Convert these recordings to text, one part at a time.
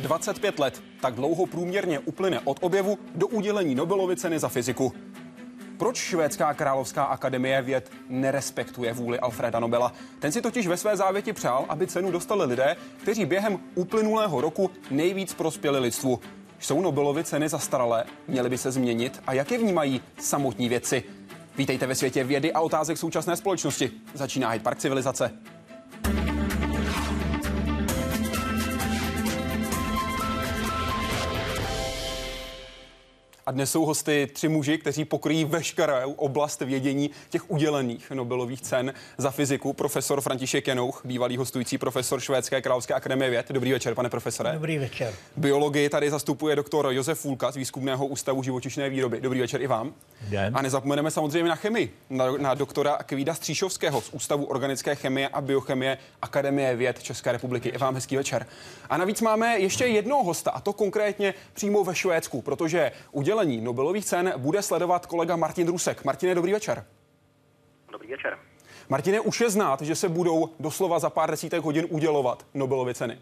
25 let. Tak dlouho průměrně uplyne od objevu do udělení Nobelovy ceny za fyziku. Proč švédská královská akademie věd nerespektuje vůli Alfreda Nobela? Ten si totiž ve své závěti přál, aby cenu dostali lidé, kteří během uplynulého roku nejvíc prospěli lidstvu. Jsou Nobelovy ceny zastaralé? Měly by se změnit? A jak je vnímají samotní vědci? Vítejte ve světě vědy a otázek současné společnosti. Začíná Hyde Park civilizace. A dnes jsou hosty 3 muži, kteří pokryjí veškerou oblast vědění těch udělených Nobelových cen za fyziku. Profesor František Janouch, bývalý hostující profesor Švédské královské akademie věd. Dobrý večer, pane profesore. Dobrý večer. Biologii tady zastupuje doktor Josef Fůlka z Výzkumného ústavu živočišné výroby. Dobrý večer i vám. Den. A nezapomeneme samozřejmě na chemii, na doktora Kvída Stříšovského z Ústavu organické chemie a biochemie Akademie věd České republiky. I vám hezký večer. A navíc máme ještě jednoho hosta, a to konkrétně přímo ve Švédsku, protože udělení Nobelových cen bude sledovat kolega Martin Rusek. Martine, dobrý večer. Dobrý večer. Martine, už je znát, že se budou doslova za pár desítek hodin udělovat Nobelovy ceny?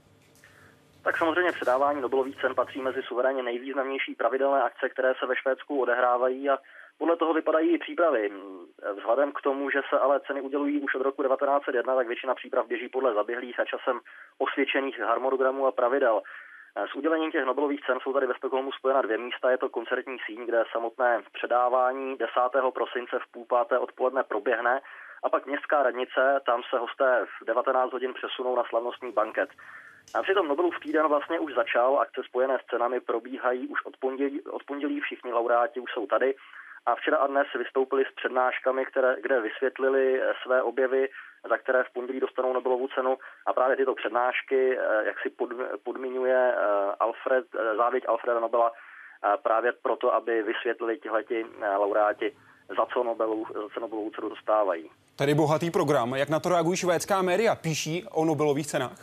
Tak samozřejmě předávání Nobelových cen patří mezi suverénně nejvýznamnější pravidelné akce, které se ve Švédsku odehrávají, a podle toho vypadají i přípravy. Vzhledem k tomu, že se ale ceny udělují už od roku 1901, tak většina příprav běží podle zaběhlých a časem osvědčených harmonogramů a pravidel. S udělením těch Nobelových cen jsou tady ve Stockholmu spojena 2 místa. Je to koncertní síň, kde samotné předávání 10. prosince v 4:30 odpoledne proběhne, a pak městská radnice, tam se hosté v 19 hodin přesunou na slavnostní banket. A přitom Nobelův týden vlastně už začal, akce spojené s cenami probíhají už od pondělí, všichni laureáti už jsou tady. A včera a dnes vystoupili s přednáškami, kde vysvětlili své objevy, za které v pondělí dostanou Nobelovu cenu. A právě tyto přednášky, jak si podmiňuje závěť Alfreda Nobela, právě proto, aby vysvětlili tihleti laureáti, za co Nobelovu cenu dostávají. Tady bohatý program. Jak na to reagují švédská média? Píší o Nobelových cenách?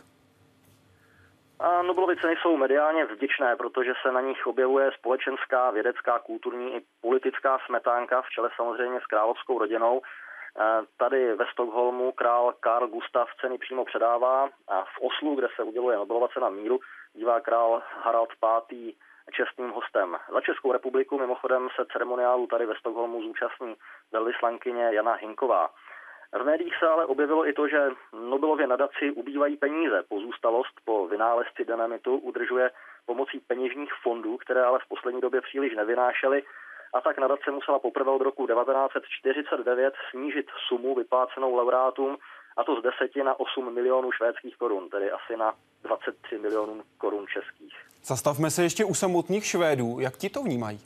A Nobelovy ceny jsou mediálně vděčné, protože se na nich objevuje společenská, vědecká, kulturní i politická smetánka, v čele samozřejmě s královskou rodinou. Tady ve Stockholmu král Carl Gustaf ceny přímo předává, a v Oslu, kde se uděluje Nobelova cena míru, bývá král Harald V. čestným hostem. Za Českou republiku mimochodem se ceremoniálu tady ve Stockholmu zúčastní velvyslankyně Jana Hinková. V médiích se ale objevilo i to, že Nobelově nadaci ubývají peníze. Pozůstalost po vynálezci dynamitu udržuje pomocí peněžních fondů, které ale v poslední době příliš nevynášely, a tak nadace musela poprvé od roku 1949 snížit sumu vyplácenou laureátům, a to z 10 na 8 milionů švédských korun, tedy asi na 23 milionů korun českých. Zastavme se ještě u samotných Švédů. Jak ti to vnímají?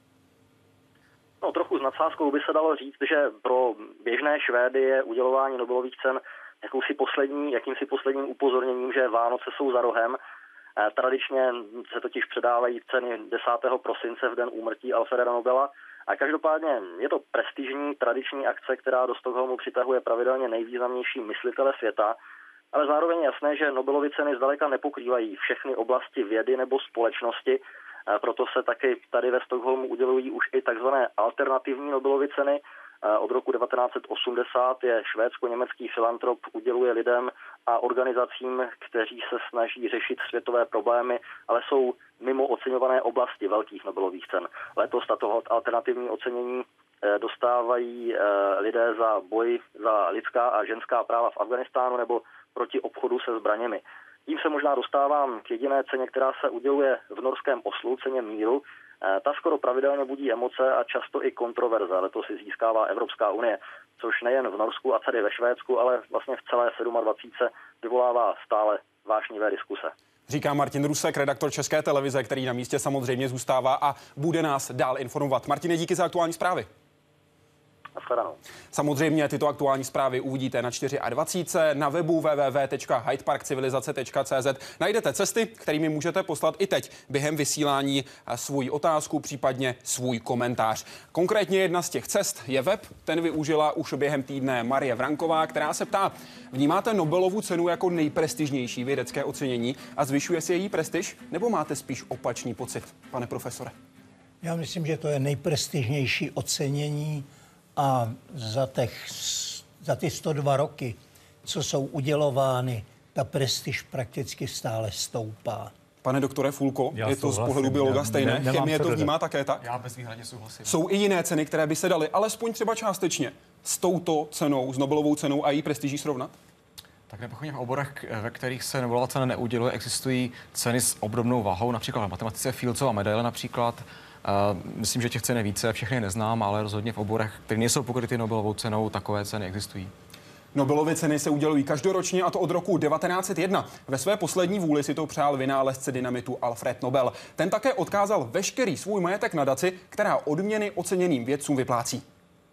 No, trochu s nadsázkou by se dalo říct, že pro běžné Švédy je udělování Nobelových cen jakýmsi posledním upozorněním, že Vánoce jsou za rohem. Tradičně se totiž předávají ceny 10. prosince v den úmrtí Alfreda Nobela. A každopádně je to prestižní tradiční akce, která do Stockholmu přitahuje pravidelně nejvýznamnější myslitele světa, ale zároveň je jasné, že Nobelovy ceny zdaleka nepokrývají všechny oblasti vědy nebo společnosti. Proto se taky tady ve Stockholmu udělují už i takzvané alternativní Nobelovy ceny. Od roku 1980 je švédsko-německý filantrop uděluje lidem a organizacím, kteří se snaží řešit světové problémy, ale jsou mimo oceňované oblasti velkých Nobelových cen. Letos tato alternativní ocenění dostávají lidé za boj za lidská a ženská práva v Afghánistánu nebo proti obchodu se zbraněmi. Tím se možná dostávám k jediné ceně, která se uděluje v norském Oslu, ceně míru. Ta skoro pravidelně budí emoce a často i kontroverze. Letos si získává Evropská unie, což nejen v Norsku a tady ve Švédsku, ale vlastně v celé 27 vyvolává stále vášnivé diskuse. Říká Martin Rusek, redaktor České televize, který na místě samozřejmě zůstává a bude nás dál informovat. Martine, díky za aktuální zprávy. Samozřejmě tyto aktuální zprávy uvidíte na 24, na webu www.hydeparkcivilizace.cz. Najdete cesty, kterými můžete poslat i teď během vysílání svou otázku, případně svůj komentář. Konkrétně jedna z těch cest je web, ten využila už během týdne Marie Vranková, která se ptá: vnímáte Nobelovu cenu jako nejprestižnější vědecké ocenění a zvyšuje si její prestiž, nebo máte spíš opačný pocit, pane profesore? Já myslím, že to je nejprestižnější ocenění. A za ty 102 roky, co jsou udělovány, ta prestiž prakticky stále stoupá. Pane doktore Fulko, je to z pohledu biologa stejné? Chemie to vnímá také tak? Já bezvýhradně souhlasím. Jsou i jiné ceny, které by se daly alespoň třeba částečně s touto cenou, s Nobelovou cenou a její prestiží srovnat? Tak nepochybně v oborech, ve kterých se Nobelova cena neuděluje, existují ceny s obdobnou váhou, například v matematice Fieldsova medaile například. Myslím, že těch cen je více, všechny neznám, ale rozhodně v oborech, které nejsou pokryty Nobelovou cenou, takové ceny existují. Nobelovy ceny se udělují každoročně, a to od roku 1901. Ve své poslední vůli si to přál vynálezce dynamitu Alfred Nobel. Ten také odkázal veškerý svůj majetek nadaci, která odměny oceněným vědcům vyplácí.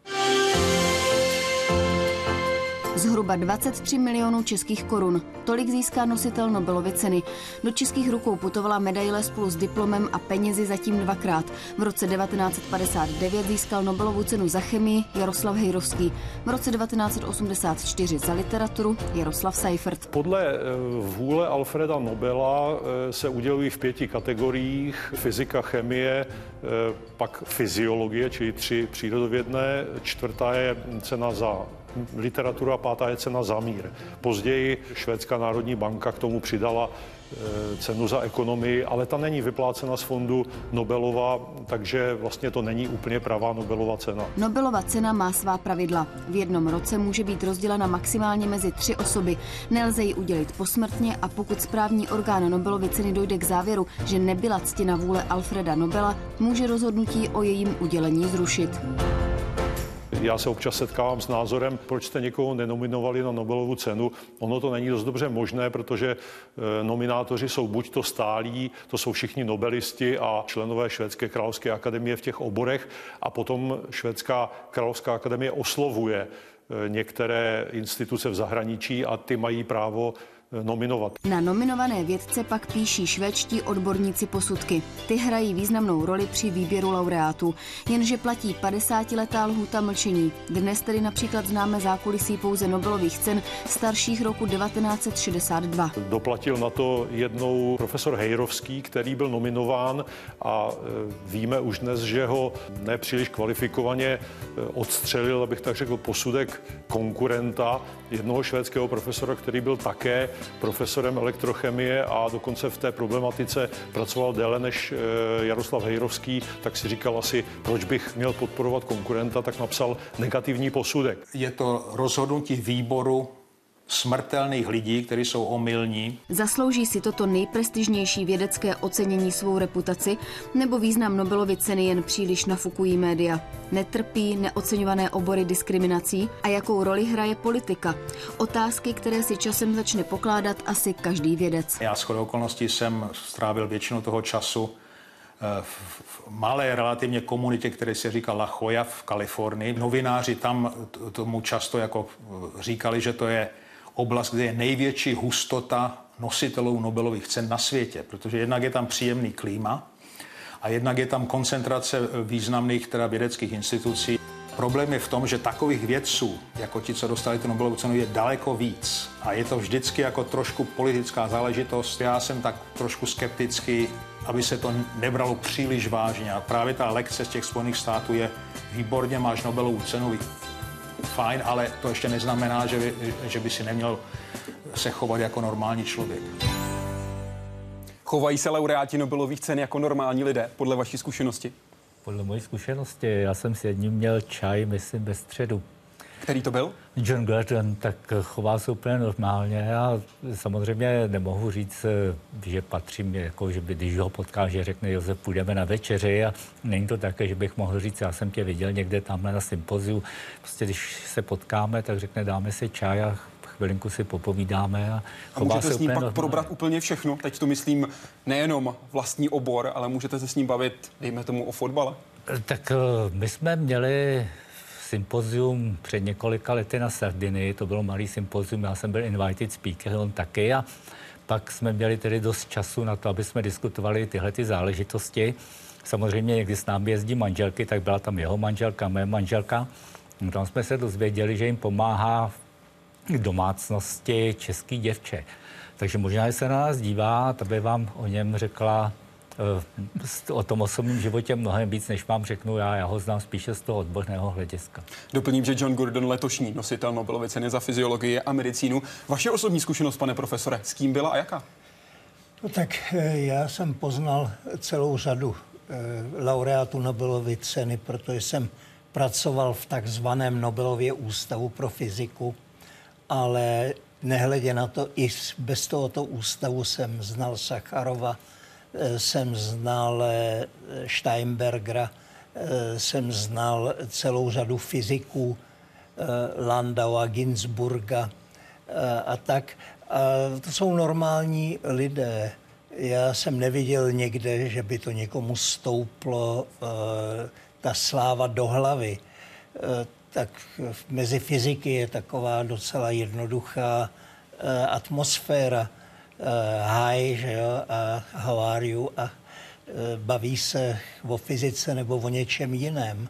Zhruba 23 milionů českých korun. Tolik získá nositel Nobelovy ceny. Do českých rukou putovala medaile spolu s diplomem a penězi zatím dvakrát. V roce 1959 získal Nobelovu cenu za chemii Jaroslav Hejrovský. V roce 1984 za literaturu Jaroslav Seifert. Podle vůle Alfreda Nobela se udělují v 5 kategoriích: fyzika, chemie, pak fyziologie, čili 3 přírodovědné, 4. je cena za literaturu a 5. je cena za mír. Později Švédská národní banka k tomu přidala cenu za ekonomii, ale ta není vyplácena z fondu Nobelova, takže vlastně to není úplně pravá Nobelova cena. Nobelova cena má svá pravidla. V jednom roce může být rozdělena maximálně mezi 3 osoby. Nelze ji udělit posmrtně a pokud správní orgán Nobelovy ceny dojde k závěru, že nebyla ctěna vůle Alfreda Nobela, může rozhodnutí o jejím udělení zrušit. Já se občas setkávám s názorem, proč jste někoho nenominovali na Nobelovu cenu. Ono to není dost dobře možné, protože nominátoři jsou buď to stálí, to jsou všichni nobelisti a členové Švédské královské akademie v těch oborech, a potom Švédská královská akademie oslovuje některé instituce v zahraničí a ty mají právo nominovat. Na nominované vědce pak píší švédští odborníci posudky. Ty hrají významnou roli při výběru laureátů, jenže platí 50letá lhůta mlčení. Dnes tedy například známe zákulisí pouze Nobelových cen starších roku 1962. Doplatil na to jednou profesor Hejrovský, který byl nominován, a víme už dnes, že ho nepříliš kvalifikovaně odstřelil, abych tak řekl, posudek konkurenta, jednoho švédského profesora, který byl také profesorem elektrochemie a dokonce v té problematice pracoval déle než Jaroslav Hejrovský, tak si říkal asi, proč bych měl podporovat konkurenta, tak napsal negativní posudek. Je to rozhodnutí výboru smrtelných lidí, kteří jsou omylní. Zaslouží si toto nejprestižnější vědecké ocenění svou reputaci, nebo význam Nobelovy ceny jen příliš nafukují média? Netrpí neoceňované obory diskriminací? A jakou roli hraje politika? Otázky, které si časem začne pokládat asi každý vědec. Já shodou okolností jsem strávil většinu toho času v malé relativně komunitě, které se říká La Jolla v Kalifornii. Novináři tam tomu často jako říkali, že to je oblast, kde je největší hustota nositelů Nobelových cen na světě, protože jednak je tam příjemný klima a jednak je tam koncentrace významných vědeckých institucí. Problém je v tom, že takových vědců, jako ti, co dostali tu Nobelovu cenu, je daleko víc. A je to vždycky jako trošku politická záležitost. Já jsem tak trošku skeptický, aby se to nebralo příliš vážně. A právě ta lekce z těch Spojených států je výborně, máš Nobelovu cenu, fajn, ale to ještě neznamená, že by si neměl se chovat jako normální člověk. Chovají se laureáti Nobelových cen jako normální lidé, podle vaší zkušenosti? Podle mojí zkušenosti, já jsem s jedním měl čaj, myslím, ve středu. Který to byl? John Gurdon, tak chová se úplně normálně. Já samozřejmě nemohu říct, že patřím, jako, že by, když ho potkám, že řekne Josef, půjdeme na večeři, a není to také, že bych mohl říct, já jsem tě viděl někde tamhle na sympoziu. Prostě když se potkáme, tak řekne, dáme si čaj a chvilinku si popovídáme. A můžete s ním pak probrat úplně všechno? Teď to myslím nejenom vlastní obor, ale můžete se s ním bavit, dejme tomu, o fotbale? Tak my jsme měli sympozium před několika lety na Sardinii, to bylo malý sympozium, já jsem byl invited speaker, on taky, a pak jsme měli tedy dost času na to, aby jsme diskutovali tyhle ty záležitosti. Samozřejmě někdy s námi jezdí manželky, tak byla tam jeho manželka, mé manželka. No, tam jsme se dozvěděli, že jim pomáhá k domácnosti český děvče. Takže možná, že se na nás dívá, aby vám o něm řekla o tom osobním životě mnohem víc, než vám řeknu já. Já ho znám spíše z toho odborného hlediska. Doplním, že John Gurdon, letošní nositel Nobelovy ceny za fyziologii a medicínu. Vaše osobní zkušenost, pane profesore, s kým byla a jaká? No tak já jsem poznal celou řadu laureátů Nobelovy ceny, protože jsem pracoval v takzvaném Nobelově ústavu pro fyziku, ale nehledě na to, i bez tohoto ústavu jsem znal Sacharova, jsem znal Steinbergera, jsem znal celou řadu fyziků, Landaua, Ginzburga a tak. A to jsou normální lidé. Já jsem neviděl někde, že by to někomu stouplo ta sláva do hlavy. Tak mezi fyziky je taková docela jednoduchá atmosféra. Hi, že jo, a how are you, a baví se o fyzice nebo o něčem jiném.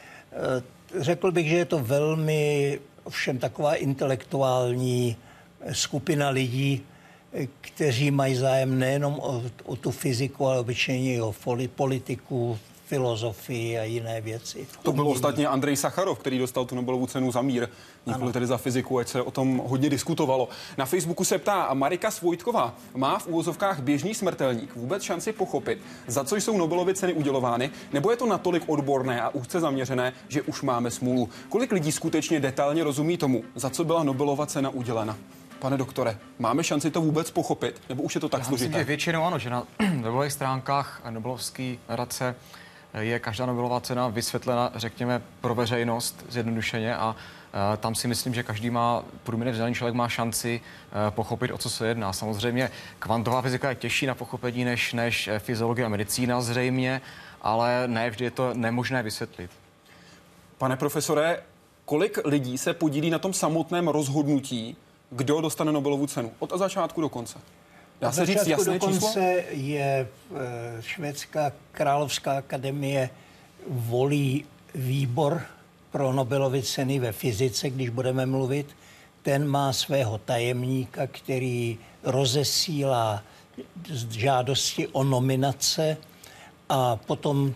Řekl bych, že je to velmi, ovšem taková intelektuální skupina lidí, kteří mají zájem nejenom o tu fyziku, ale obyčejně i o politiku, filozofii a jiné věci. To byl ostatně Andrej Sacharov, který dostal tu Nobelovu cenu za mír, nikoli tedy za fyziku, ať se o tom hodně diskutovalo. Na Facebooku se ptá Marika Svojtková, má v úvozovkách běžný smrtelník vůbec šanci pochopit, za co jsou Nobelovy ceny udělovány, nebo je to natolik odborné a úzce zaměřené, že už máme smůlu? Kolik lidí skutečně detailně rozumí tomu, za co byla Nobelova cena udělena? Pane doktore, máme šanci to vůbec pochopit, nebo už je to tak složité? Myslím, že většinou ano, že na Nobelových stránkách Nobelovské nadace je každá Nobelová cena vysvětlena, řekněme, pro veřejnost zjednodušeně a tam si myslím, že každý průměrně vzdělaný člověk má šanci pochopit, o co se jedná. Samozřejmě kvantová fyzika je těžší na pochopení než fyziologie a medicína zřejmě, ale ne vždy je to nemožné vysvětlit. Pane profesore, kolik lidí se podílí na tom samotném rozhodnutí, kdo dostane Nobelovu cenu? Od začátku do konce. Dá se říct jasné číslo? Do konce je Švédská královská akademie volí výbor pro Nobelovy ceny ve fyzice, když budeme mluvit. Ten má svého tajemníka, který rozesílá žádosti o nominace a potom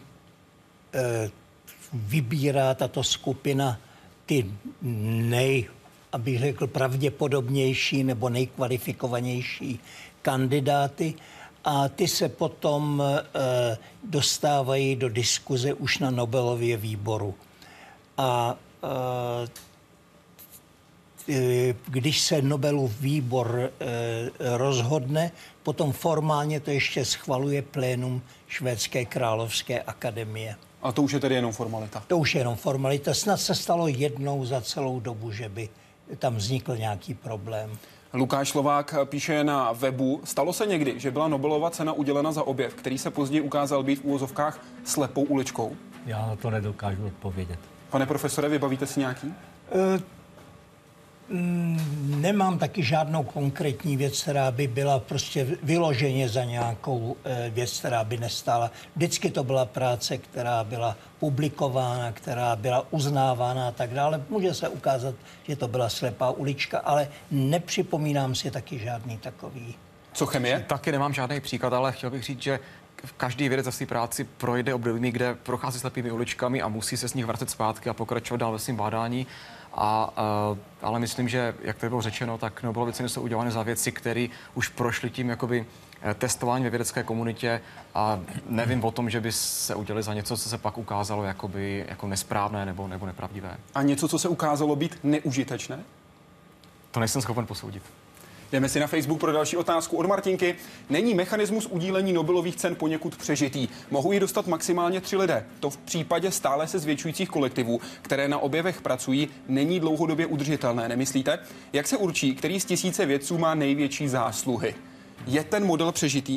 vybírá tato skupina ty abych řekl, pravděpodobnější nebo nejkvalifikovanější kandidáty a ty se potom dostávají do diskuze už na Nobelově výboru. A když se Nobelův výbor rozhodne, potom formálně to ještě schvaluje plénum Švédské královské akademie. A to už je tedy jenom formalita? To už je jenom formalita. Snad se stalo jednou za celou dobu, že by tam vznikl nějaký problém. Lukáš Slovák píše na webu, stalo se někdy, že byla Nobelova cena udělena za objev, který se později ukázal být v úvozovkách slepou uličkou? Já na to nedokážu odpovědět. Pane profesore, vybavíte si nějaký? Nemám taky žádnou konkrétní věc, která by byla prostě vyloženě za nějakou věc, která by nestála. Vždycky to byla práce, která byla publikována, která byla uznávána a tak dále. Může se ukázat, že to byla slepá ulička, ale nepřipomínám si taky žádný takový. Co chemie? Taky nemám žádný příklad, ale chtěl bych říct, že každý vědec za své práci projde období, kde prochází slepými uličkami a musí se z nich vracet zpátky a pokračovat dál ve svém bádání. Ale myslím, že, jak to bylo řečeno, tak Nobelovy ceny jsou udělány za věci, které už prošly tím jakoby testování ve vědecké komunitě a nevím o tom, že by se udělali za něco, co se pak ukázalo jakoby, jako nesprávné nebo nepravdivé. A něco, co se ukázalo být neužitečné? To nejsem schopen posoudit. Jdeme si na Facebook pro další otázku od Martinky. Není mechanismus udílení Nobelových cen poněkud přežitý? Mohou ji dostat maximálně 3 lidé. To v případě stále se zvětšujících kolektivů, které na objevech pracují, není dlouhodobě udržitelné, nemyslíte? Jak se určí, který z tisíce vědců má největší zásluhy? Je ten model přežitý?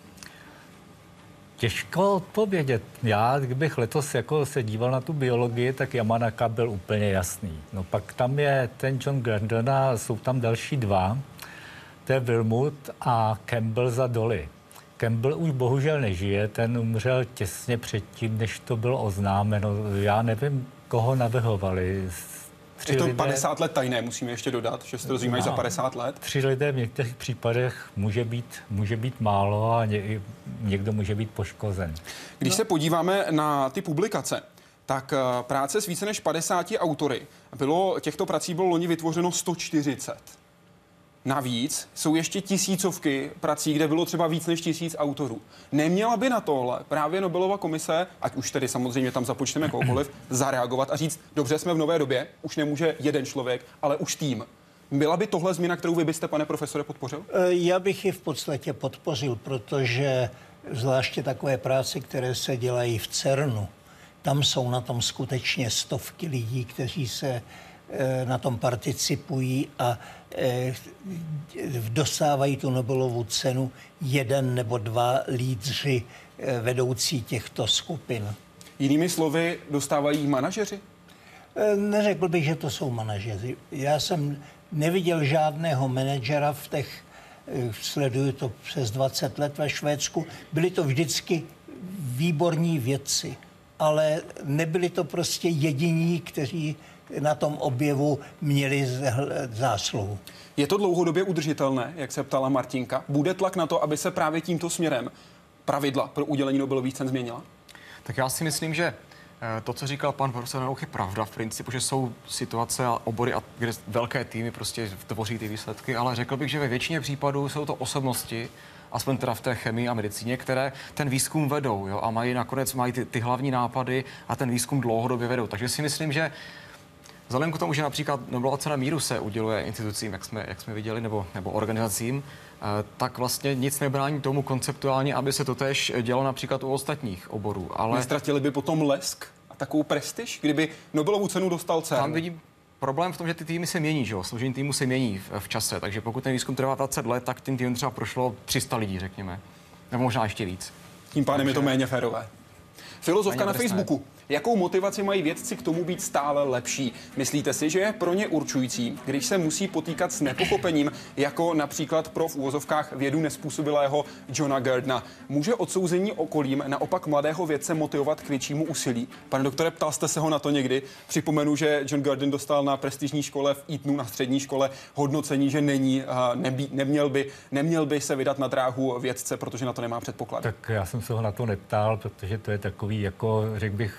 Těžko odpovědět. Já, kdybych letos se díval na tu biologii, tak Yamanaka byl úplně jasný. No pak tam je ten John Gurdon a jsou tam další 2. To je Wilmut a Campbell za Dolly. Campbell už bohužel nežije, ten umřel těsně předtím, než to bylo oznámeno. Já nevím, koho navrhovali. Je to 50 let tajné, musíme ještě dodat, že se to rozjímají za 50 let. 3 lidé v některých případech může být málo a někdo může být poškozen. Když se podíváme na ty publikace, tak práce s více než 50 autory, těchto prací bylo loni vytvořeno 140. Navíc jsou ještě tisícovky prací, kde bylo třeba víc než 1000 autorů. Neměla by na tohle právě Nobelova komise, ať už tedy samozřejmě tam započteme kohokoliv, zareagovat a říct, dobře, jsme v nové době, už nemůže jeden člověk, ale už tým. Byla by tohle změna, kterou vy byste, pane profesore, podpořil? Já bych ji v podstatě podpořil, protože zvláště takové práce, které se dělají v CERNu, tam jsou na tom skutečně stovky lidí, kteří se na tom participují a dostávají tu Nobelovu cenu jeden nebo dva lídři vedoucí těchto skupin. Jinými slovy, dostávají manažeři? Neřekl bych, že to jsou manažeři. Já jsem neviděl žádného manažera v těch, sleduju to přes 20 let ve Švédsku, byli to vždycky výborní vědci, ale nebyli to prostě jediní, kteří na tom objevu měli zásluhu. Je to dlouhodobě udržitelné, jak se ptala Martinka? Bude tlak na to, aby se právě tímto směrem pravidla pro udělení Nobelových cen změnila? Tak já si myslím, že to, co říkal pan profesor Narouch, je pravda v principu, že jsou situace a obory, kde velké týmy prostě tvoří ty výsledky, ale řekl bych, že ve většině případů jsou to osobnosti, aspoň teda v té chemii a medicíně, které ten výzkum vedou, jo, a nakonec mají ty hlavní nápady a ten výzkum dlouhodobě vedou. Takže si myslím, že vzhledem k tomu, že například Nobelova cena míru se uděluje institucím, jak jsme viděli, nebo organizacím, tak vlastně nic nebrání tomu konceptuálně, aby se to též dělo například u ostatních oborů. Ale nestratili by potom lesk a takovou prestiž, kdyby Nobelovu cenu dostal CERN? Tam vidím problém v tom, že ty týmy se mění, že jo? Složení týmu se mění v čase, takže pokud ten výzkum trvá 20 let, tak tím týmem třeba prošlo 300 lidí, řekněme. Nebo možná ještě víc. Tím pádem je to méně férové. Filozofka na Facebooku. Jakou motivaci mají vědci k tomu být stále lepší? Myslíte si, že je pro ně určující, když se musí potýkat s nepochopením, jako například pro v úvozovkách vědu nezpůsobilého Johna Gurdna? Může odsouzení okolím naopak mladého vědce motivovat k většímu úsilí? Pane doktore, ptal jste se ho na to někdy? Připomenu, že John Gurdon dostal na prestižní škole v Etonu, na střední škole, hodnocení, že neměl by se vydat na dráhu vědce, protože na to nemá předpoklad. Tak já jsem se ho na to neptal, protože to je takový, jako řekl bych,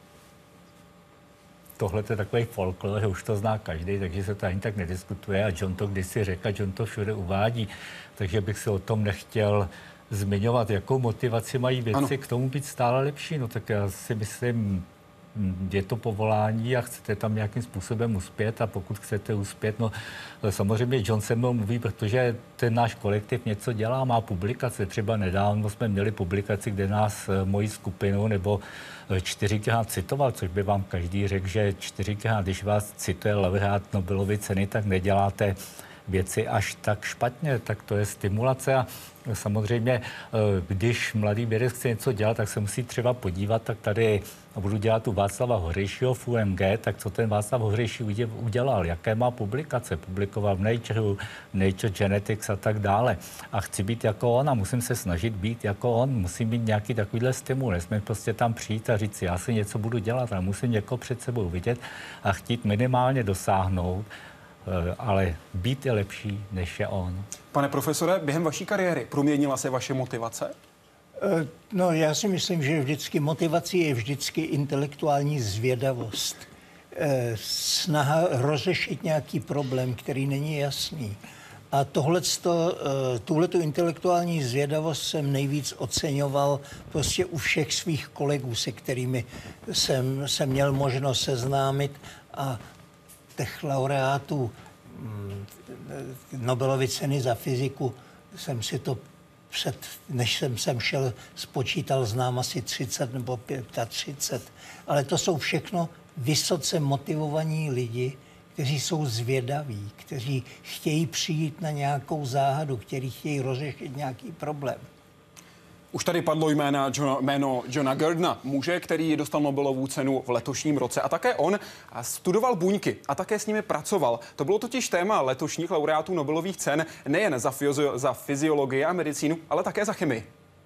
tohle je takový folklor, že už to zná každý, takže se to ani tak nediskutuje a John to kdysi řekl, John to všude uvádí, takže bych se o tom nechtěl zmiňovat, jakou motivaci mají vědci k tomu být stále lepší. No tak já si myslím, je to povolání a chcete tam nějakým způsobem uspět a pokud chcete uspět, no samozřejmě John se mnou mluví, protože ten náš kolektiv něco dělá, má publikace. Třeba nedávno jsme měli publikaci, kde nás mojí skupinu nebo 4krát citoval, což by vám každý řekl, že 4krát, když vás cituje laureát Nobelovy ceny, tak neděláte věci až tak špatně, tak to je stimulace a samozřejmě, když mladý vědec chce něco dělat, tak se musí třeba podívat, tak tady budu dělat u Václava Hořejšího v UMG, tak co ten Václav Hořejší udělal, jaké má publikace, publikoval v Nature Genetics a tak dále. A chci být jako on a musím se snažit být jako on, musím mít nějaký takovýhle stimul, nesmím prostě tam přijít a říct, já si něco budu dělat a musím někoho před sebou vidět a chtít minimálně dosáhnout, ale být je lepší, než je on. Pane profesore, během vaší kariéry proměnila se vaše motivace? No, já si myslím, že vždycky motivací je vždycky intelektuální zvědavost. Snaha rozřešit nějaký problém, který není jasný. A tuhletu intelektuální zvědavost jsem nejvíc oceňoval prostě u všech svých kolegů, se kterými jsem měl možnost seznámit a těch laureátů Nobelovy ceny za fyziku jsem si to než jsem sem šel, spočítal, znám asi 30 nebo 35. Ale to jsou všechno vysoce motivovaní lidi, kteří jsou zvědaví, kteří chtějí přijít na nějakou záhadu, kteří chtějí rozřešit nějaký problém. Už tady padlo jméno Johna Gurdna, muže, který dostal Nobelovu cenu v letošním roce. A také on studoval buňky a také s nimi pracoval. To bylo totiž téma letošních laureátů Nobelových cen nejen za fyziologii a medicínu, ale také za chemii.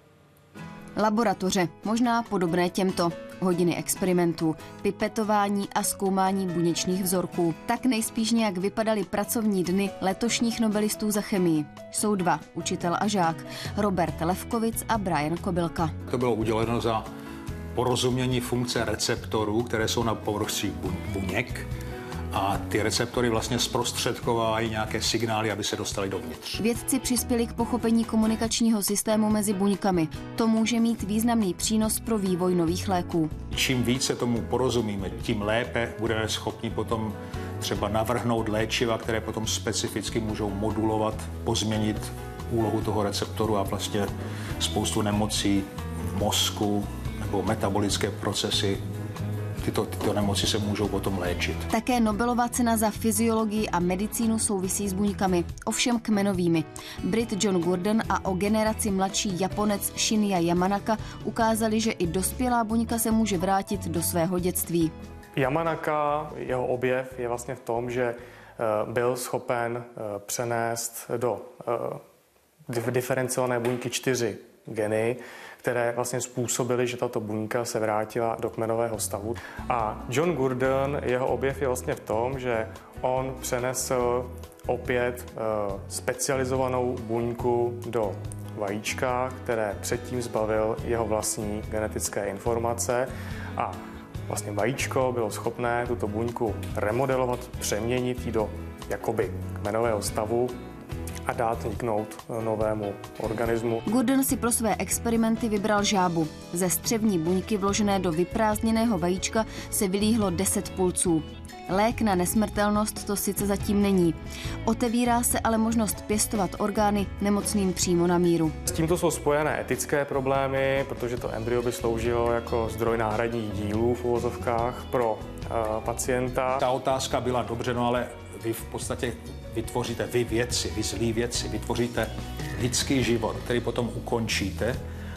Laboratoře, možná podobné těmto. Hodiny experimentů, pipetování a zkoumání buněčných vzorků. Tak nejspíš nějak vypadaly pracovní dny letošních nobelistů za chemii. Jsou dva, učitel a žák, Robert Levkovic a Brian Kobylka. To bylo uděleno za porozumění funkce receptorů, které jsou na povrcích buněk. a ty receptory vlastně zprostředkovávají nějaké signály, aby se dostali dovnitř. Vědci přispěli k pochopení komunikačního systému mezi buňkami. To může mít významný přínos pro vývoj nových léků. Čím více tomu porozumíme, tím lépe budeme schopni potom třeba navrhnout léčiva, které potom specificky můžou modulovat, pozměnit úlohu toho receptoru a vlastně spoustu nemocí mozku nebo metabolické procesy. Tyto nemoci se můžou potom léčit. Také Nobelova cena za fyziologii a medicínu souvisí s buňkami, ovšem kmenovými. Brit John Gurdon a o generaci mladší Japonec Shinya Yamanaka ukázali, že i dospělá buňka se může vrátit do svého dětství. Yamanaka, jeho objev je vlastně v tom, že byl schopen přenést do diferenciované buňky 4 geny, které vlastně způsobily, že tato buňka se vrátila do kmenového stavu. A John Gurdon, jeho objev je vlastně v tom, že on přenesl opět specializovanou buňku do vajíčka, které předtím zbavil jeho vlastní genetické informace a vlastně vajíčko bylo schopné tuto buňku remodelovat, přeměnit ji do jakoby kmenového stavu a dát vzniknout novému organismu. Gurdon si pro své experimenty vybral žábu. Ze střevní buňky vložené do vyprázdněného vajíčka se vylíhlo 10 pulců. Lék na nesmrtelnost to sice zatím není. Otevírá se ale možnost pěstovat orgány nemocným přímo na míru. S tímto jsou spojené etické problémy, protože to embryo by sloužilo jako zdroj náhradních dílů v uvozovkách pro pacienta. Ta otázka byla dobře, no ale vy v podstatě vytvoříte, vy zlí vědci, vytvoříte lidský život, který potom ukončíte,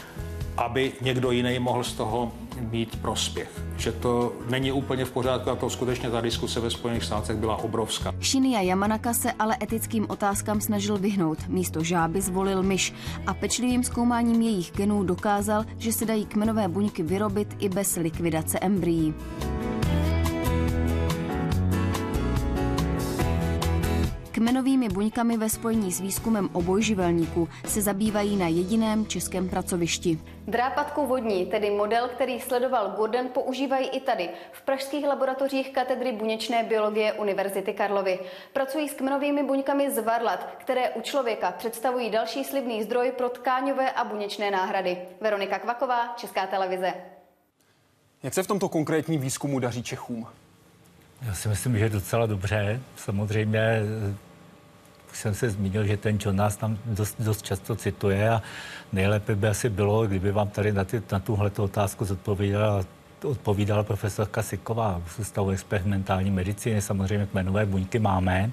aby někdo jiný mohl z toho mít prospěch. Že to není úplně v pořádku a to skutečně ta diskuse ve Spojených státech byla obrovská. Shinya Yamanaka se ale etickým otázkám snažil vyhnout. Místo žáby zvolil myš a pečlivým zkoumáním jejich genů dokázal, že se dají kmenové buňky vyrobit i bez likvidace embryí. Kmenovými buňkami ve spojení s výzkumem obojživelníků se zabývají na jediném českém pracovišti. Drápatku vodní, tedy model, který sledoval Gurdon, používají i tady, v pražských laboratořích katedry buněčné biologie Univerzity Karlovy. Pracují s kmenovými buňkami z varlat, které u člověka představují další slibný zdroj pro tkáňové a buněčné náhrady. Veronika Kvaková, Česká televize. Jak se v tomto konkrétním výzkumu daří Čechům? Já si myslím, že docela dobře. Samozřejmě už jsem se zmínil, že ten John nás tam dost často cituje a nejlépe by asi bylo, kdyby vám tady na tuhleto otázku odpovídala profesorka Siková z Ústavu experimentální medicíny. Samozřejmě kmenové buňky máme.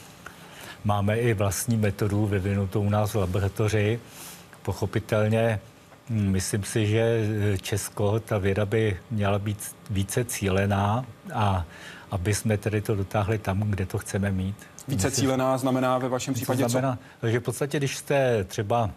Máme i vlastní metodu vyvinutou u nás v laboratoři. Pochopitelně myslím si, že Česko, ta věda by měla být více cílená a aby jsme tedy to dotáhli tam, kde to chceme mít. Více cílená znamená ve vašem případě co? Takže v podstatě, když jste třeba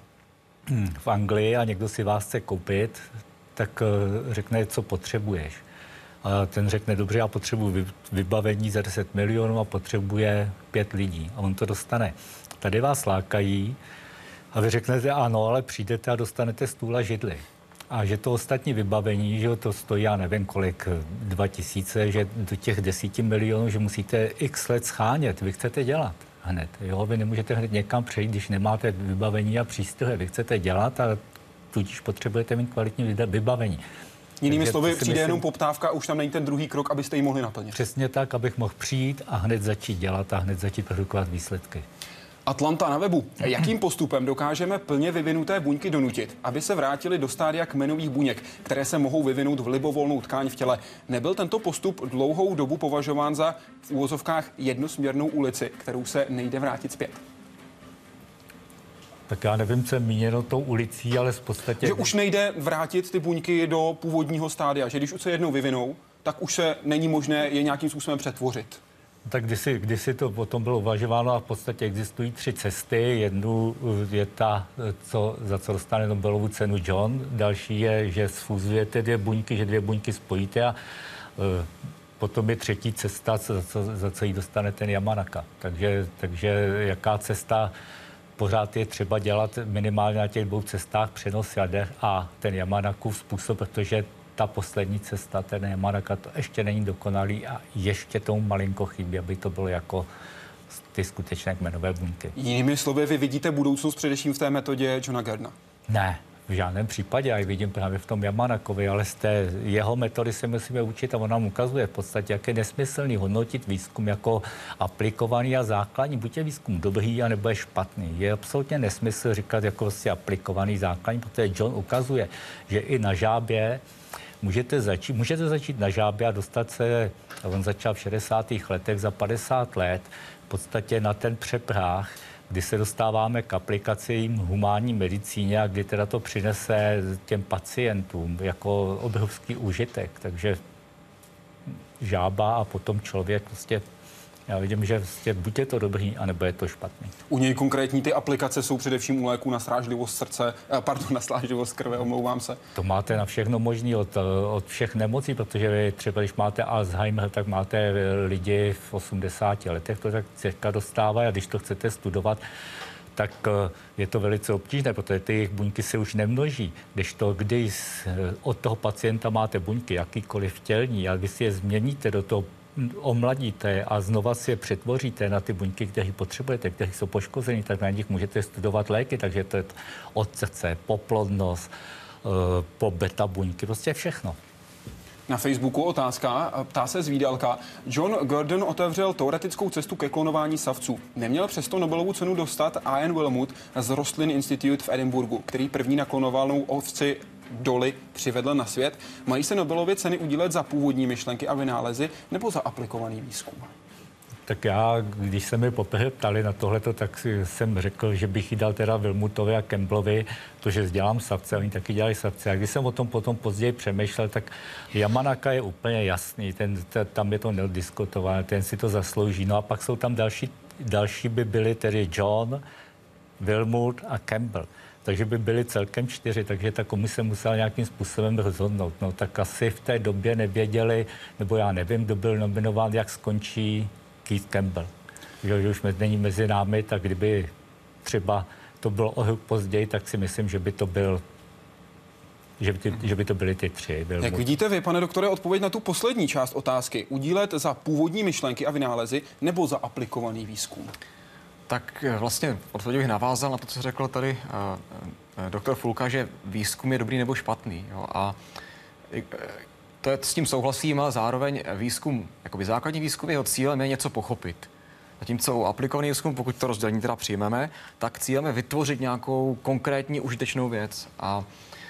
v Anglii a někdo si vás chce koupit, tak řekne, co potřebuješ. A ten řekne, dobře, já potřebuji vybavení za 10 milionů a potřebuje 5 lidí. A on to dostane. Tady vás lákají a vy řeknete, ano, ale přijdete a dostanete stůl a židli. A že to ostatní vybavení, že to stojí, já nevím kolik, 2000, že do těch 10 milionů, že musíte x let schánět. Vy chcete dělat hned. Jo? Vy nemůžete hned někam přejít, když nemáte vybavení a přístroje. Vy chcete dělat a tudíž potřebujete mít kvalitní vybavení. Jinými slovy, přijde jenom poptávka a už tam není ten druhý krok, abyste ji mohli naplnit. Přesně tak, abych mohl přijít a hned začít dělat a hned začít produkovat výsledky. Atlanta na webu. Jakým postupem dokážeme plně vyvinuté buňky donutit, aby se vrátily do stádia kmenových buněk, které se mohou vyvinout v libovolnou tkáň v těle? Nebyl tento postup dlouhou dobu považován za v úvozovkách jednosměrnou ulici, kterou se nejde vrátit zpět? Tak já nevím, co je míněno tou ulicí, ale v podstatě... Že už nejde vrátit ty buňky do původního stádia, že když už se jednou vyvinou, tak už se není možné je nějakým způsobem přetvořit. Tak kdysi to potom bylo uvažováno a v podstatě existují 3 cesty. Jednu je ta, za co dostane Nobelovu cenu John. Další je, že sfúzujete 2 buňky, že 2 buňky spojíte a potom je 3. cesta, za co ji dostane ten Yamanaka. Takže jaká cesta pořád je třeba dělat minimálně na těch 2 cestách přenos jader a ten Yamanakův způsob, protože ta poslední cesta, ten Yamanaka, to ještě není dokonalý a ještě tomu malinko chybí, aby to bylo jako ty skutečné kmenové buňky. Jinými slovy, vy vidíte budoucnost především v té metodě Johna Gurdona? Ne, v žádném případě. Já ji vidím právě v tom Yamanakovi, ale z té jeho metody se musíme učit a on nám ukazuje v podstatě, jak je nesmyslný hodnotit výzkum jako aplikovaný a základní. Buď je výzkum dobrý, anebo je špatný. Je absolutně nesmysl říkat jako vlastně aplikovaný základní, protože John ukazuje, že i na žábě můžete začít na žábě a dostat se, on začal v 60. letech, za 50 let, v podstatě na ten přepráh, kdy se dostáváme k aplikacím humánní medicíně a kdy teda to přinese těm pacientům jako obrovský užitek. Takže žába a potom člověk prostě, já vidím, že prostě buď je to dobrý, anebo je to špatný. U něj konkrétní ty aplikace jsou především u léků na srážlivost srdce, na srážlivost krve, omlouvám se. To máte na všechno možný, od všech nemocí, protože vy třeba, když máte Alzheimer, tak máte lidi v 80 letech, to tak cirka dostávají a když to chcete studovat, tak je to velice obtížné, protože ty jejich buňky se už nemnoží. Když od toho pacienta máte buňky, jakýkoliv tělní, a vy si je změníte do toho, omladíte a znova si je přetvoříte na ty buňky, které potřebujete, které jsou poškozené, tak na nich můžete studovat léky, takže to je od srdce, po plodnost, po beta buňky, prostě všechno. Na Facebooku otázka, ptá se zvídalka. John Gurdon otevřel teoretickou cestu ke klonování savců. Neměl přesto Nobelovu cenu dostat Ian Wilmut z Roslin Institute v Edinburghu, který první naklonovanou ovci Dolly přivedl na svět. Mají se Nobelovy ceny udílet za původní myšlenky a vynálezy nebo za aplikovaný výzkum? Tak já, když se mi poprvé ptali na tohleto, tak jsem řekl, že bych jí dal teda Wilmutovi a Campbellovi, to, že dělám savce, oni taky dělají savce. A když jsem o tom potom později přemýšlel, tak Yamanaka je úplně jasný, tam je to nediskutovatelné, ten si to zaslouží. No a pak jsou tam další by byli tedy John, Wilmut a Campbell. Takže by byly celkem 4, takže ta komise musela nějakým způsobem rozhodnout. No tak asi v té době nevěděli, nebo já nevím, kdo byl nominován, jak skončí Keith Campbell. Že už není mezi námi, tak kdyby třeba to bylo o rok později, tak si myslím, že by to byl že by to byly ty 3. Jak vidíte vy, pane doktore, odpověď na tu poslední část otázky. Udílet za původní myšlenky a vynálezy nebo za aplikovaný výzkum? Tak vlastně odpověď bych navázal na to, co řekl tady doktor Fulka, že výzkum je dobrý nebo špatný. Jo? A to je, s tím souhlasím, ale zároveň výzkum, jakoby základní výzkum, jeho cílem je něco pochopit. Zatímco u aplikovaný výzkum, pokud to rozdělení teda přijmeme, tak cílem je vytvořit nějakou konkrétní užitečnou věc. A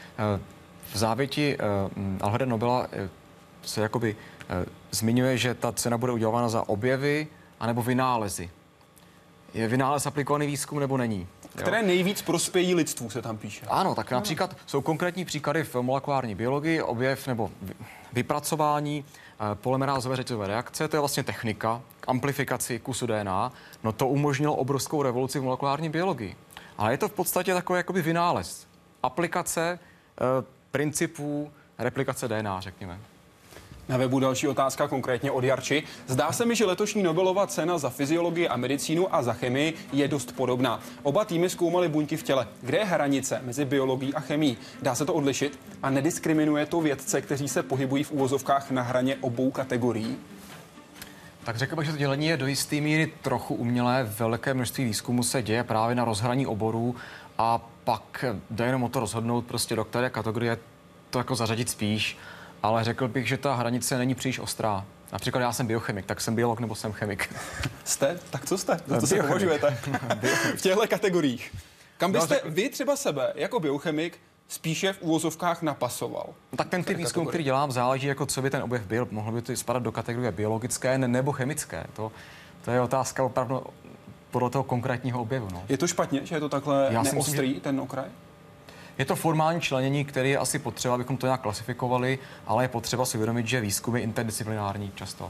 v závěti Alfreda Nobela se jakoby zmiňuje, že ta cena bude udělována za objevy anebo vynálezy. Je vynález aplikovaný výzkum nebo není? Které nejvíc prospějí lidstvu, se tam píše. Ano, tak například jsou konkrétní příklady v molekulární biologii, objev nebo vypracování polymerázové řetězové reakce, to je vlastně technika k amplifikaci kusu DNA, no to umožnilo obrovskou revoluci v molekulární biologii. Ale je to v podstatě takový jakoby vynález. Aplikace principů replikace DNA, řekněme. Na webu další otázka, konkrétně od Jarči. Zdá se mi, že letošní Nobelova cena za fyziologii a medicínu a za chemii je dost podobná. Oba týmy zkoumaly buňky v těle. Kde je hranice mezi biologií a chemií? Dá se to odlišit? A nediskriminuje to vědce, kteří se pohybují v uvozovkách na hraně obou kategorií? Tak řekl bych, že to dělení je do jisté míry trochu umělé. Velké množství výzkumu se děje právě na rozhraní oborů a pak jde jenom o to rozhodnout prostě do které kategorie to jako zařadit spíš. Ale řekl bych, že ta hranice není příliš ostrá. Například já jsem biochemik, tak jsem biolog nebo jsem chemik. Jste? Tak co jste? Za to se považujete v těchto kategoriích. Kam byste vy třeba sebe jako biochemik spíše v uvozovkách napasoval? No, tak ten typ výzkum, který dělám, záleží, jako co by ten objev byl. Mohl by to spadat do kategorie biologické nebo chemické. To je otázka opravdu podle toho konkrétního objevu. No. Je to špatně, že je to takhle neostrý, ten okraj? Je to formální členění, které je asi potřeba, abychom to nějak klasifikovali, ale je potřeba si uvědomit, že výzkum je interdisciplinární často.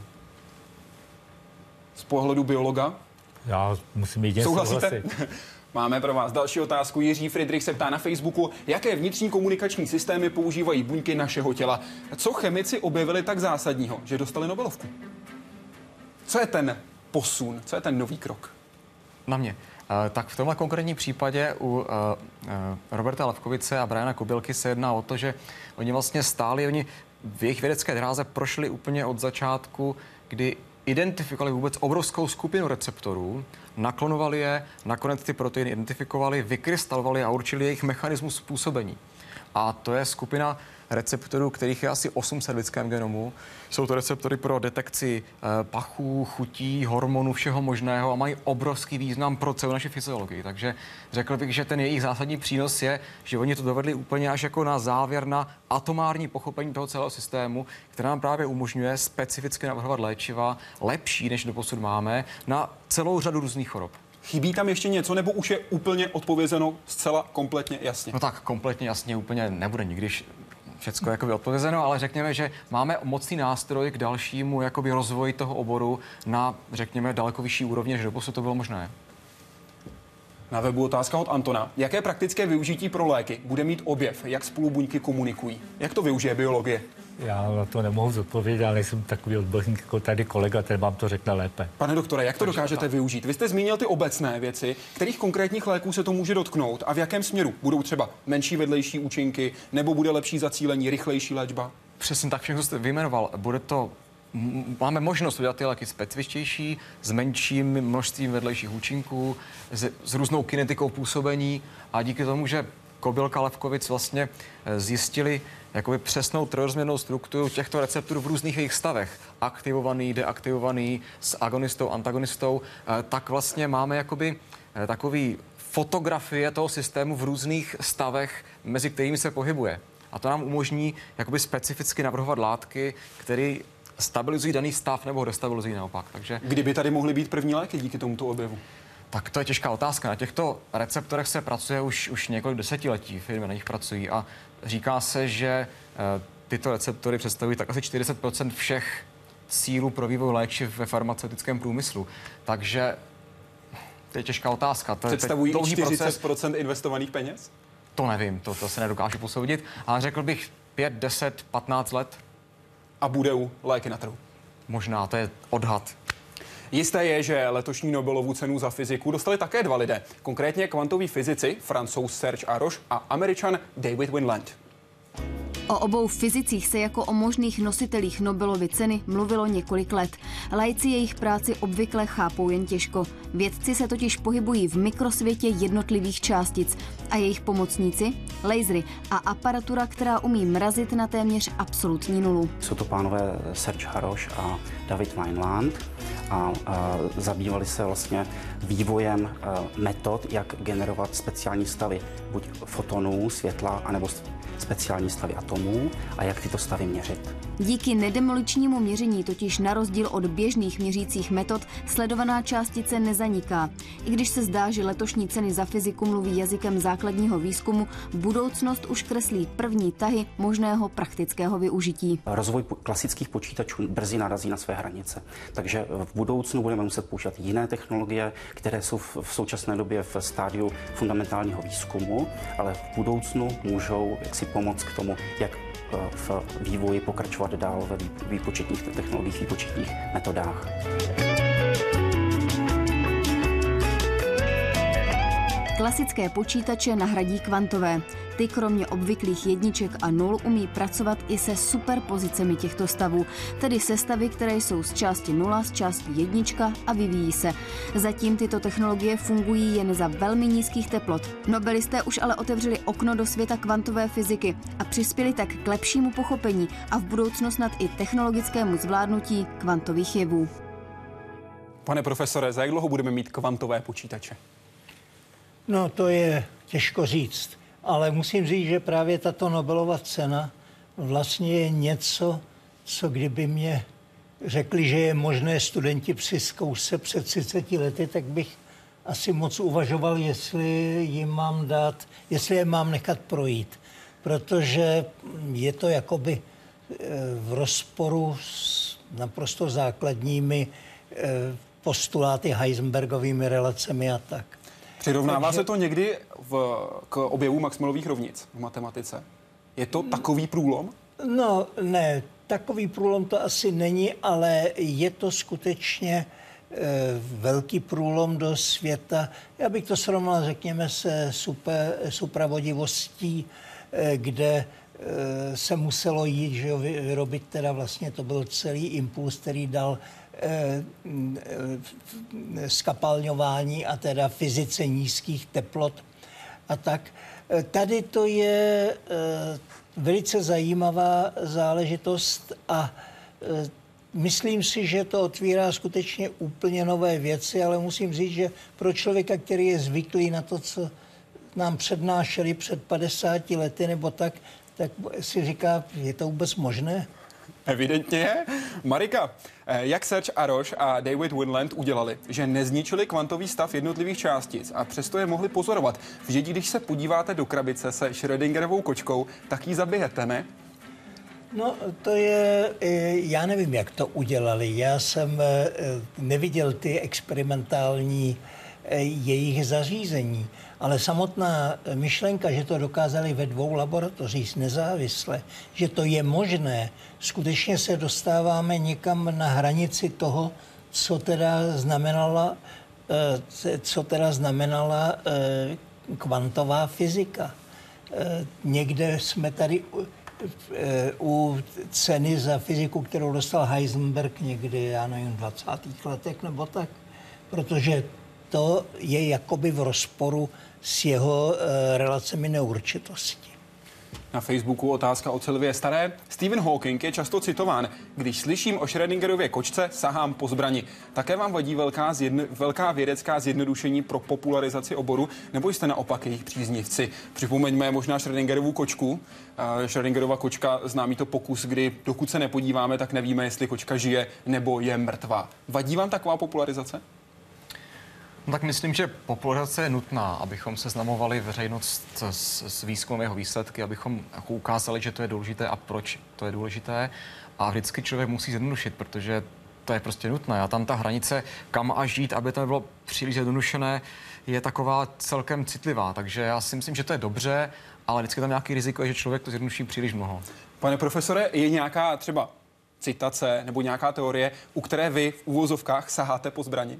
Z pohledu biologa? Já musím jít souhlasit. Máme pro vás další otázku. Jiří Friedrich se ptá na Facebooku, jaké vnitřní komunikační systémy používají buňky našeho těla. Co chemici objevili tak zásadního, že dostali Nobelovku? Co je ten posun? Co je ten nový krok? Na mě. Tak v tomhle konkrétním případě u Roberta Levkovice a Briana Kubylky se jedná o to, že oni vlastně oni v jejich vědecké dráze prošli úplně od začátku, kdy identifikovali vůbec obrovskou skupinu receptorů, naklonovali je, nakonec ty proteiny identifikovali, vykrystalovali a určili jejich mechanismus působení. A to je skupina receptorů, kterých je asi 800 v lidském genomu. Jsou to receptory pro detekci pachů, chutí, hormonů, všeho možného a mají obrovský význam pro celou naši fyziologii. Takže řekl bych, že ten jejich zásadní přínos je, že oni to dovedli úplně až jako na závěr na atomární pochopení toho celého systému, které nám právě umožňuje specificky navrhovat léčiva lepší, než doposud máme, na celou řadu různých chorob. Chybí tam ještě něco, nebo už je úplně odpovězeno zcela kompletně jasně? No tak kompletně jasně úplně nebude nikdy všecko jakoby odpovězeno, ale řekněme, že máme mocný nástroj k dalšímu jakoby rozvoji toho oboru na, řekněme, daleko vyšší úrovně, že doposud to bylo možné. Na webu otázka od Antona. Jaké praktické využití pro léky bude mít objev? Jak spolu buňky komunikují? Jak to využije biologie? Já na to nemohu zodpovědět, ale nejsem takový odborník jako tady kolega, ten vám to řekne lépe. Pane doktore, jak to dokážete využít? Vy jste zmínil ty obecné věci, kterých konkrétních léků se to může dotknout a v jakém směru? Budou třeba menší vedlejší účinky, nebo bude lepší zacílení, rychlejší léčba? Přesně tak, všechno jste vyjmenoval. Máme možnost udělat ty léky specifičtější, s menším množstvím vedlejších účinků, s různou kinetikou působení a díky tomu, že Kubylka, Levkovic vlastně zjistili jakoby přesnou trojrozměrnou strukturu těchto receptorů v různých jejich stavech. Aktivovaný, deaktivovaný, s agonistou, antagonistou, tak vlastně máme jakoby takový fotografie toho systému v různých stavech, mezi kterými se pohybuje. A to nám umožní jakoby specificky navrhovat látky, které stabilizují daný stav nebo destabilizují naopak. Takže kdyby tady mohly být první léky díky tomuto objevu? Tak to je těžká otázka. Na těchto receptorech se pracuje už několik desetiletí, firmy na nich pracují a říká se, že tyto receptory představují tak asi 40% všech cílů pro vývoj léčiv ve farmaceutickém průmyslu. Takže to je těžká otázka. Představují i 40% investovaných peněz? To nevím, to se nedokážu posoudit, ale řekl bych 5, 10, 15 let. A budou léky na trhu? Možná, to je odhad. Jisté je, že letošní Nobelovu cenu za fyziku dostali také dva lidé. Konkrétně kvantoví fyzici, Francouz Serge Haroš a Američan David Winland. O obou fyzicích se jako o možných nositelích Nobelovy ceny mluvilo několik let. Laici jejich práci obvykle chápou jen těžko. Vědci se totiž pohybují v mikrosvětě jednotlivých částic a jejich pomocníci, lasery a aparatura, která umí mrazit na téměř absolutní nulu. Jsou to pánové Serge Haroš a David Winland a zabývali se vlastně vývojem metod, jak generovat speciální stavy, buď fotonů, světla, anebo speciální stavy atomů a jak tyto stavy měřit. Díky nedemoličnímu měření totiž na rozdíl od běžných měřících metod sledovaná částice nezaniká. I když se zdá, že letošní ceny za fyziku mluví jazykem základního výzkumu, budoucnost už kreslí první tahy možného praktického využití. Rozvoj klasických počítačů brzy narazí na své hranice, takže v budoucnu budeme muset používat jiné technologie, které jsou v současné době v stádiu fundamentálního výzkumu, ale v budoucnu můžou jaksi pomoct k tomu, jak v vývoji pokračovat dál ve výpočetních technologiích, výpočetních metodách. Klasické počítače nahradí kvantové. Ty kromě obvyklých jedniček a nul umí pracovat i se superpozicemi těchto stavů, tedy se stavy, které jsou z části 0, z části 1 a vyvíjí se. Zatím tyto technologie fungují jen za velmi nízkých teplot. Nobelisté už ale otevřeli okno do světa kvantové fyziky a přispěli tak k lepšímu pochopení a v budoucnu snad i technologickému zvládnutí kvantových jevů. Pane profesore, za jak dlouho budeme mít kvantové počítače? No, to je těžko říct, ale musím říct, že právě tato Nobelova cena vlastně je něco, co kdyby mě řekli, že je možné studenti při zkoušce před 30 lety, tak bych asi moc uvažoval, jestli jim mám dát, jestli je mám nechat projít, protože je to jakoby v rozporu s naprosto základními postuláty Heisenbergovými relacemi a tak. Přirovnává se to někdy k objevu Maxwellových rovnic v matematice? Je to takový průlom? No ne, takový průlom to asi není, ale je to skutečně velký průlom do světa. Já bych to srovnal, řekněme, se supravodivostí, kde se muselo jít, že jo, vyrobit teda vlastně, to byl celý impuls, který dal skapalňování a teda fyzice nízkých teplot a tak. Tady to je velice zajímavá záležitost a myslím si, že to otvírá skutečně úplně nové věci, ale musím říct, že pro člověka, který je zvyklý na to, co nám přednášeli před 50 lety nebo tak si říká, je to vůbec možné? Evidentně je. Marika, jak Serge Haroš a David Winland udělali, že nezničili kvantový stav jednotlivých částic a přesto je mohli pozorovat. Vždyť když se podíváte do krabice se Schrödingerovou kočkou, tak ji zabijete, ne? No, to je, já nevím, jak to udělali. Já jsem neviděl ty experimentální jejich zařízení, ale samotná myšlenka, že to dokázali ve 2 laboratořích nezávisle, že to je možné, skutečně se dostáváme někam na hranici toho, co teda znamenala kvantová fyzika. Někde jsme tady u ceny za fyziku, kterou dostal Heisenberg někdy, já nevím, v 20. letech nebo tak, protože to je jakoby v rozporu s jeho relacemi neurčitosti. Na Facebooku otázka od Silvie Staré. Stephen Hawking je často citován. Když slyším o Schrödingerově kočce, sahám po zbrani. Také vám vadí velká vědecká zjednodušení pro popularizaci oboru, nebo jste naopak jejich příznivci? Připomeňme možná Schrödingerovu kočku. Schrödingerova kočka, známý to pokus, kdy dokud se nepodíváme, tak nevíme, jestli kočka žije nebo je mrtvá. Vadí vám taková popularizace? No tak myslím, že popularizace je nutná, abychom seznamovali veřejnost s výzkumem jeho výsledky, abychom ukázali, že to je důležité a proč to je důležité. A vždycky člověk musí zjednodušit, protože to je prostě nutné. A tam ta hranice, kam až jít, aby to nebylo příliš zjednodušené, je taková celkem citlivá. Takže já si myslím, že to je dobře, ale vždycky tam nějaký riziko, že člověk to zjednoduší příliš mnoho. Pane profesore, je nějaká třeba citace nebo nějaká teorie, u které vy v uvozovkách saháte po zbrani?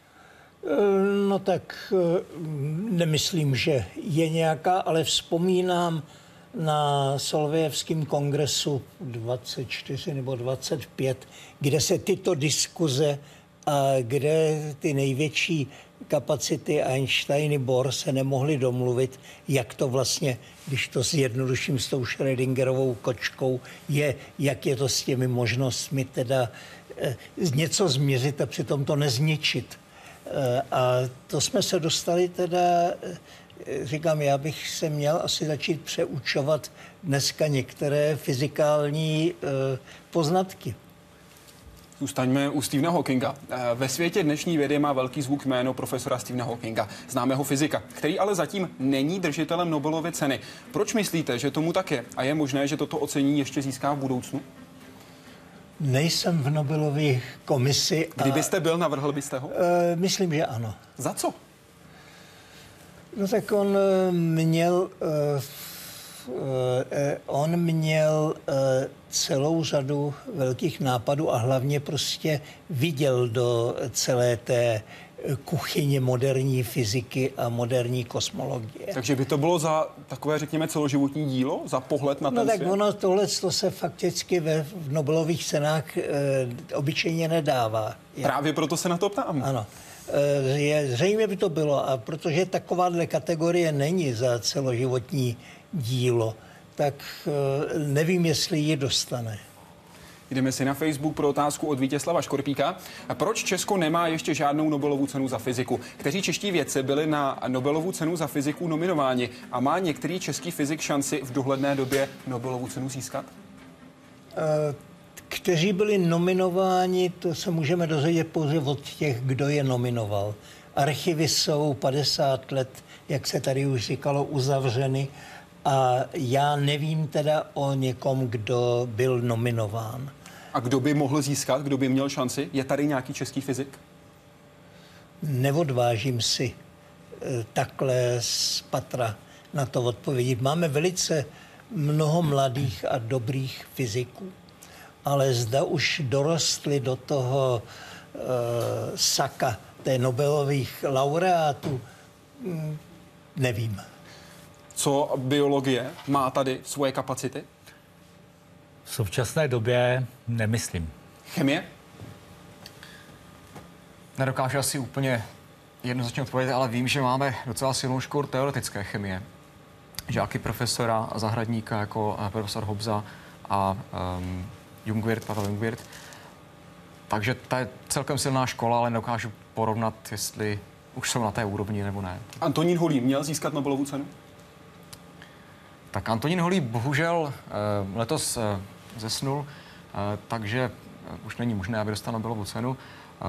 No tak nemyslím, že je nějaká, ale vzpomínám na Solvejevském kongresu 24 nebo 25, kde se tyto diskuze a kde ty největší kapacity Einsteiny, Bohr se nemohli domluvit, jak to vlastně, když to zjednoduším s tou Schrödingerovou kočkou, jak je to s těmi možnostmi teda něco změřit a přitom to nezničit. A to jsme se dostali teda, říkám, já bych se měl asi začít přeučovat dneska některé fyzikální poznatky. Zůstaňme u Stephena Hawkinga. Ve světě dnešní vědy má velký zvuk jméno profesora Stephena Hawkinga, známého fyzika, který ale zatím není držitelem Nobelovy ceny. Proč myslíte, že tomu tak je? A je možné, že toto ocenění ještě získá v budoucnu? Nejsem v Nobelově komisi. Kdybyste byl, navrhl byste ho? Myslím, že ano. Za co? No tak on měl celou řadu velkých nápadů a hlavně prostě viděl do celé té kuchyně moderní fyziky a moderní kosmologie. Takže by to bylo za takové, řekněme, celoživotní dílo? Za pohled na ten svět? No tak ono tohle se fakticky v Nobelových cenách obyčejně nedává. Právě proto se na to ptám. Ano. Zřejmě by to bylo, a protože takováhle kategorie není za celoživotní dílo, tak nevím, jestli ji dostane. Jdeme si na Facebook pro otázku od Vítězslava Škorpíka. Proč Česko nemá ještě žádnou Nobelovu cenu za fyziku? Kteří čeští vědci byli na Nobelovu cenu za fyziku nominováni a má některý český fyzik šanci v dohledné době Nobelovu cenu získat? Kteří byli nominováni, to se můžeme dozvědět pouze od těch, kdo je nominoval. Archivy jsou 50 let, jak se tady už říkalo, uzavřeny a já nevím teda o někom, kdo byl nominován. A kdo by mohl získat, kdo by měl šanci? Je tady nějaký český fyzik? Neodvážím si takhle z patra na to odpovědět. Máme velice mnoho mladých a dobrých fyziků, ale zda už dorostli do toho saka té Nobelových laureátů, nevím. Co biologie? Má tady svoje kapacity? V současné době nemyslím. Chemie? Nedokážu asi úplně jednoznačně odpovědět, ale vím, že máme docela silnou školu teoretické chemie. Žáky profesora Zahradníka jako profesor Hobza a Pavel Jungwirth. Takže to je celkem silná škola, ale nedokážu porovnat, jestli už jsou na té úrovni nebo ne. Antonín Holý měl získat Nobelovu cenu? Tak Antonín Holý bohužel letos zesnul, takže už není možné, aby dostal Nobelovu cenu.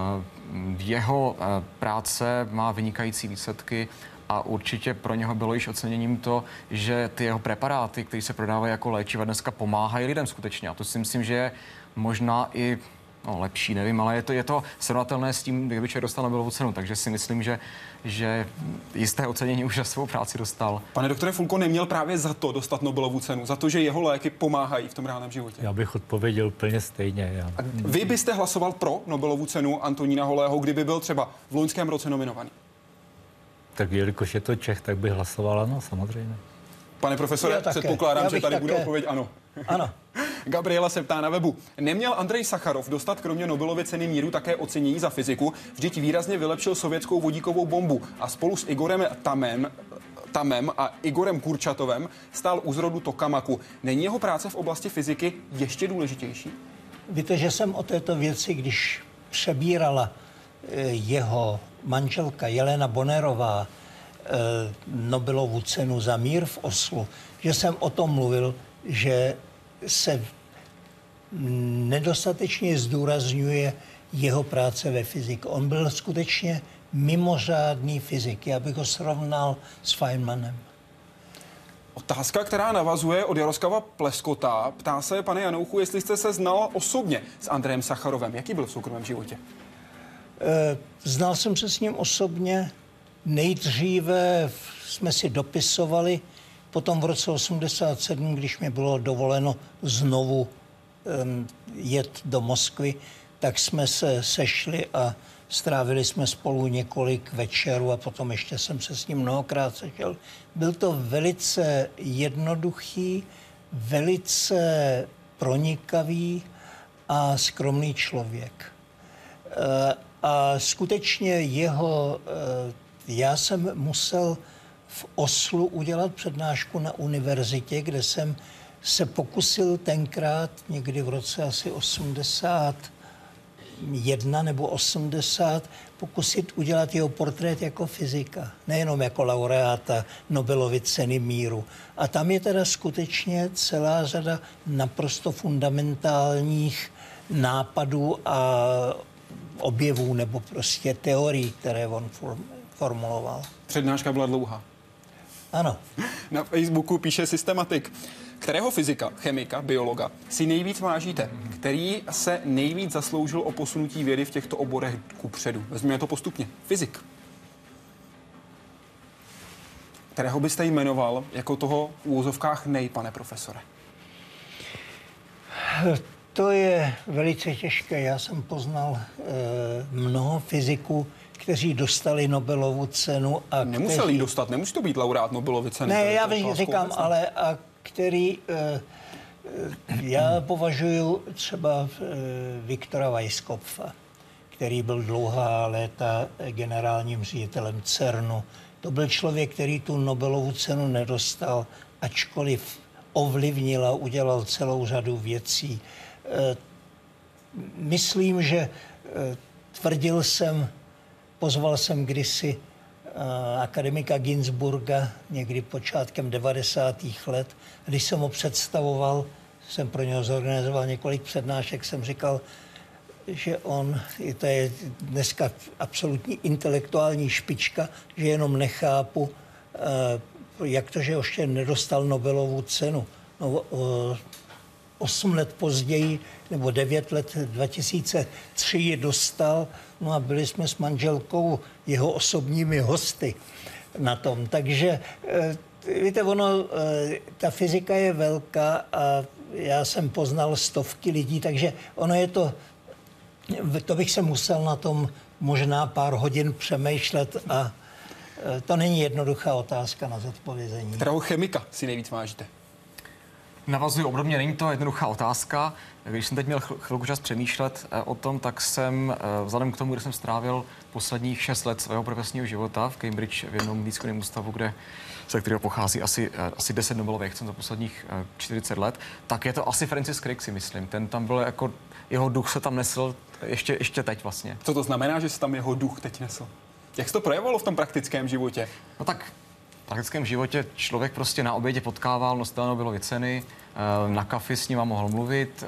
Jeho práce má vynikající výsledky a určitě pro něho bylo již oceněním to, že ty jeho preparáty, které se prodávají jako léčiva, dneska pomáhají lidem skutečně. A to si myslím, že je možná i lepší, nevím, ale je to srovnatelné s tím, kdyby člověk dostal Nobelovu cenu, takže si myslím, že jisté ocenění už za svou práci dostal. Pane doktore Fulko, neměl právě za to dostat Nobelovu cenu, za to, že jeho léky pomáhají v tom reálném životě? Já bych odpověděl úplně stejně. A vy byste hlasoval pro Nobelovu cenu Antonína Holého, kdyby byl třeba v loňském roce nominovaný? Tak jelikož je to Čech, tak bych hlasoval ano, samozřejmě. Pane profesore, předpokládám, že tady bude odpověď ano. Ano. Gabriela se ptá na webu. Neměl Andrej Sacharov dostat kromě Nobelovy ceny míru také ocenění za fyziku? Vždyť výrazně vylepšil sovětskou vodíkovou bombu a spolu s Igorem Tamem a Igorem Kurčatovem stál u zrodu Tokamaku. Není jeho práce v oblasti fyziky ještě důležitější? Víte, že jsem o této věci, když přebírala jeho manželka Jelena Bonnerová Nobelovu cenu za mír v Oslu, že jsem o tom mluvil, že se nedostatečně zdůrazňuje jeho práce ve fyzice. On byl skutečně mimořádný fyzik. Já bych ho srovnal s Feynmanem. Otázka, která navazuje od Jaroslava Pleskota. Ptá se, pane Janouchu, jestli jste se znal osobně s Andrejem Sacharovem. Jaký byl v soukromém životě? Znal jsem se s ním osobně. Nejdříve jsme si dopisovali, potom v roce 1987, když mi bylo dovoleno znovu jet do Moskvy, tak jsme se sešli a strávili jsme spolu několik večerů a potom ještě jsem se s ním mnohokrát sešel. Byl to velice jednoduchý, velice pronikavý a skromný člověk. A skutečně já jsem musel v Oslu udělat přednášku na univerzitě, kde jsem se pokusil tenkrát někdy v roce asi 81 nebo 80 pokusit udělat jeho portrét jako fyzika, nejenom jako laureáta Nobelovy ceny míru. A tam je teda skutečně celá řada naprosto fundamentálních nápadů a objevů nebo prostě teorií, které on formuloval. Přednáška byla dlouhá. Ano. Na Facebooku píše systematik. Kterého fyzika, chemika, biologa si nejvíc vážíte? Který se nejvíc zasloužil o posunutí vědy v těchto oborech kupředu? Vezměme to postupně. Fyzik. Kterého byste jmenoval jako toho v úvozovkách pane profesore? To je velice těžké. Já jsem poznal mnoho fyziků, kteří dostali Nobelovu cenu. A nemuseli ji dostat, nemusí to být laureát Nobelovy ceny. Ne, já říkám, ale a který já považuji třeba Viktora Weisskopfa, který byl dlouhá léta generálním ředitelem CERNu. To byl člověk, který tu Nobelovu cenu nedostal, ačkoliv ovlivnil a udělal celou řadu věcí. Myslím, že pozval jsem kdysi akademika Ginzburga někdy počátkem 90. let. Když jsem ho představoval, jsem pro něho zorganizoval několik přednášek, jsem říkal, že to je dneska absolutní intelektuální špička, že jenom nechápu, jak to, že ještě nedostal Nobelovu cenu. 8 let později, nebo 9 let, 2003 ji dostal, no a byli jsme s manželkou jeho osobními hosty na tom. Takže, víte, ta fyzika je velká a já jsem poznal stovky lidí, takže ono je to To bych se musel na tom možná pár hodin přemýšlet a to není jednoduchá otázka na zodpovězení. Kterého chemika si nejvíc vážíte? Navazuji obdobně, není to jednoduchá otázka. Když jsem teď měl chvilku čas přemýšlet o tom, tak jsem, vzhledem k tomu, že jsem strávil posledních 6 let svého profesního života v Cambridge v jednom výzkumném ústavu, ze kterého pochází asi 10 Nobelových cen za posledních 40 let, tak je to asi Francis Crick, si myslím. Ten tam byl jako, jeho duch se tam nesl ještě teď vlastně. Co to znamená, že se tam jeho duch teď nesl? Jak se to projevovalo v tom praktickém životě? No tak v praktickém životě člověk prostě na obědě potkával nositele Nobelovy ceny, na kafi s nima mohl mluvit,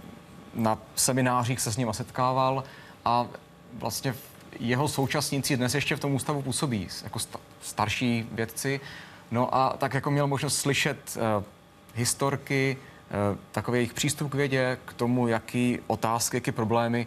na seminářích se s nima setkával a vlastně jeho současníci dnes ještě v tom ústavu působí jako starší vědci. No a tak jako měl možnost slyšet historky, takový jejich přístup k vědě, k tomu, jaký otázky, jaký problémy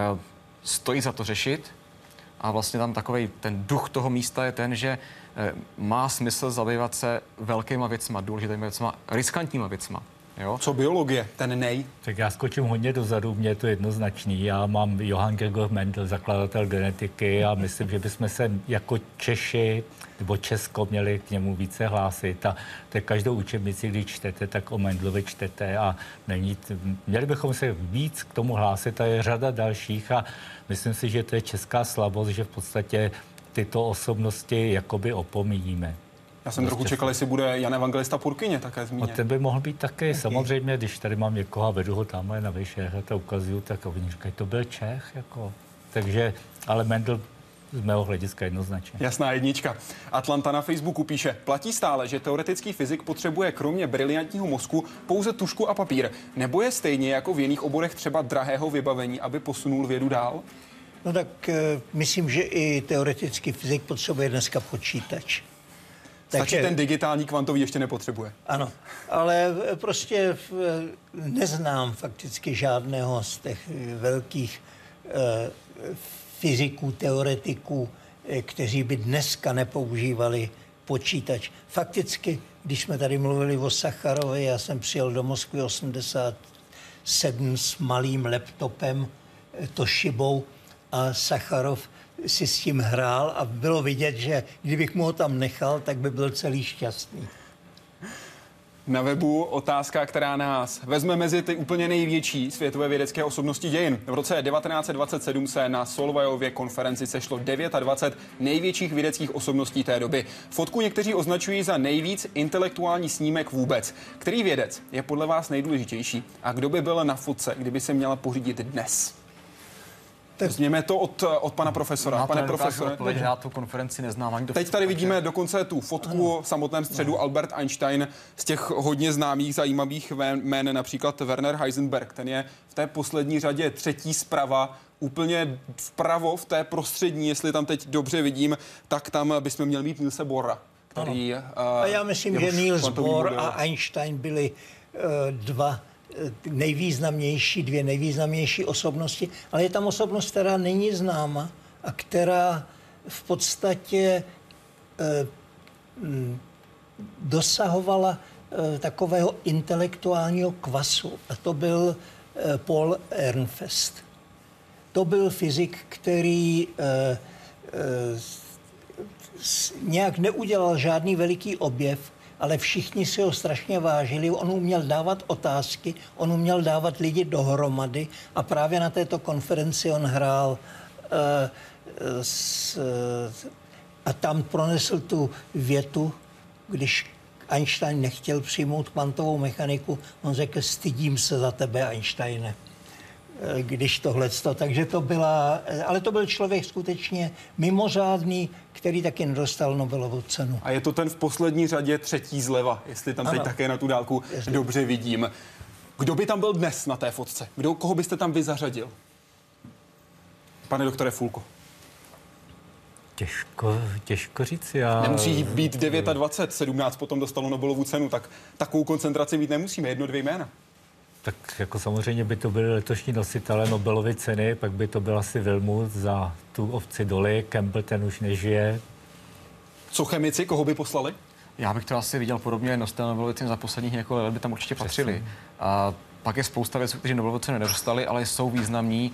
stojí za to řešit. A vlastně tam takovej ten duch toho místa je ten, že má smysl zabývat se velkýma věcma, důležitýma věcma, riskantníma věcma. Jo? Co biologie, ten nej? Tak já skočím hodně dozadu, mně je to jednoznačný. Já mám Johann Georg Mendel, zakladatel genetiky a myslím, že bychom se jako Češi nebo Česko měli k němu více hlásit. A to je každou učebnici, když čtete, tak o Mendelovi čtete a měli bychom se víc k tomu hlásit a je řada dalších a myslím si, že to je česká slabost, že v podstatě tyto osobnosti jakoby opomíjíme. Já jsem trochu čekal, jestli bude Jan Evangelista Purkyně také zmíněn. A ten by mohl být taky. Samozřejmě, když tady mám někoho a vedu ho tamhle na výšek a to ukazuju, tak oni říkají, to byl Čech. Jako. Takže, ale Mendel z mého hlediska jednoznačně. Jasná jednička. Atlanta na Facebooku píše, platí stále, že teoretický fyzik potřebuje kromě briliantního mozku pouze tužku a papír. Nebo je stejně jako v jiných oborech třeba drahého vybavení, aby posunul vědu dál? No tak myslím, že i teoretický fyzik potřebuje dneska počítač. Stačí ten digitální kvantový ještě nepotřebuje. Ano, ale prostě neznám fakticky žádného z těch velkých fyziků, teoretiků, kteří by dneska nepoužívali počítač. Fakticky, když jsme tady mluvili o Sacharovi, já jsem přijel do Moskvy 87 s malým laptopem, Toshibou, a Sacharov si s tím hrál a bylo vidět, že kdybych mu ho tam nechal, tak by byl celý šťastný. Na webu otázka, která nás vezme mezi ty úplně největší světové vědecké osobnosti dějin. V roce 1927 se na Solvayově konferenci sešlo 29 největších vědeckých osobností té doby. Fotku někteří označují za nejvíc intelektuální snímek vůbec. Který vědec je podle vás nejdůležitější? A kdo by byl na fotce, kdyby se měla pořídit dnes? Vezměme to od pana profesora. Pane profesore, já tu konferenci neznám ani teď tady vidíme dokonce tu fotku v samotném středu. Albert Einstein, z těch hodně známých, zajímavých jmén, například Werner Heisenberg. Ten je v té poslední řadě třetí zprava, úplně vpravo v té prostřední, jestli tam teď dobře vidím, tak tam bychom měli mít Nielse Bohra, který... A já myslím, že Niels Bohr a Einstein byli dvě nejvýznamnější osobnosti, ale je tam osobnost, která není známa a která v podstatě dosahovala takového intelektuálního kvasu. A to byl Paul Ehrenfest. To byl fyzik, který nějak neudělal žádný veliký objev, ale všichni si ho strašně vážili. On uměl dávat otázky, on uměl dávat lidi dohromady a právě na této konferenci on hrál a tam pronesl tu větu, když Einstein nechtěl přijmout kvantovou mechaniku, on řekl, stydím se za tebe, Einsteine, když tohleto. Takže to byla, ale to byl člověk skutečně mimořádný, který taky nedostal Nobelovu cenu. A je to ten v poslední řadě třetí zleva, jestli tam teď také na tu dálku dobře vidím. Kdo by tam byl dnes na té fotce? Koho byste tam vy zařadil? Pane doktore Fulko. Těžko říct. Nemusí být 29, 17 potom dostalo Nobelovu cenu, tak takovou koncentraci mít nemusíme, 1-2 jména. Tak jako samozřejmě by to byly letošní nositelé Nobelovy ceny, pak by to byl asi Wilmut za tu ovci Dolly, Campbell ten už nežije. Co chemici, koho by poslali? Já bych to asi viděl podobně, nositelé Nobelovy ceny za posledních několik let by tam určitě patřili. A pak je spousta věcí, kteří Nobelovu cenu nedostali, ale jsou významní.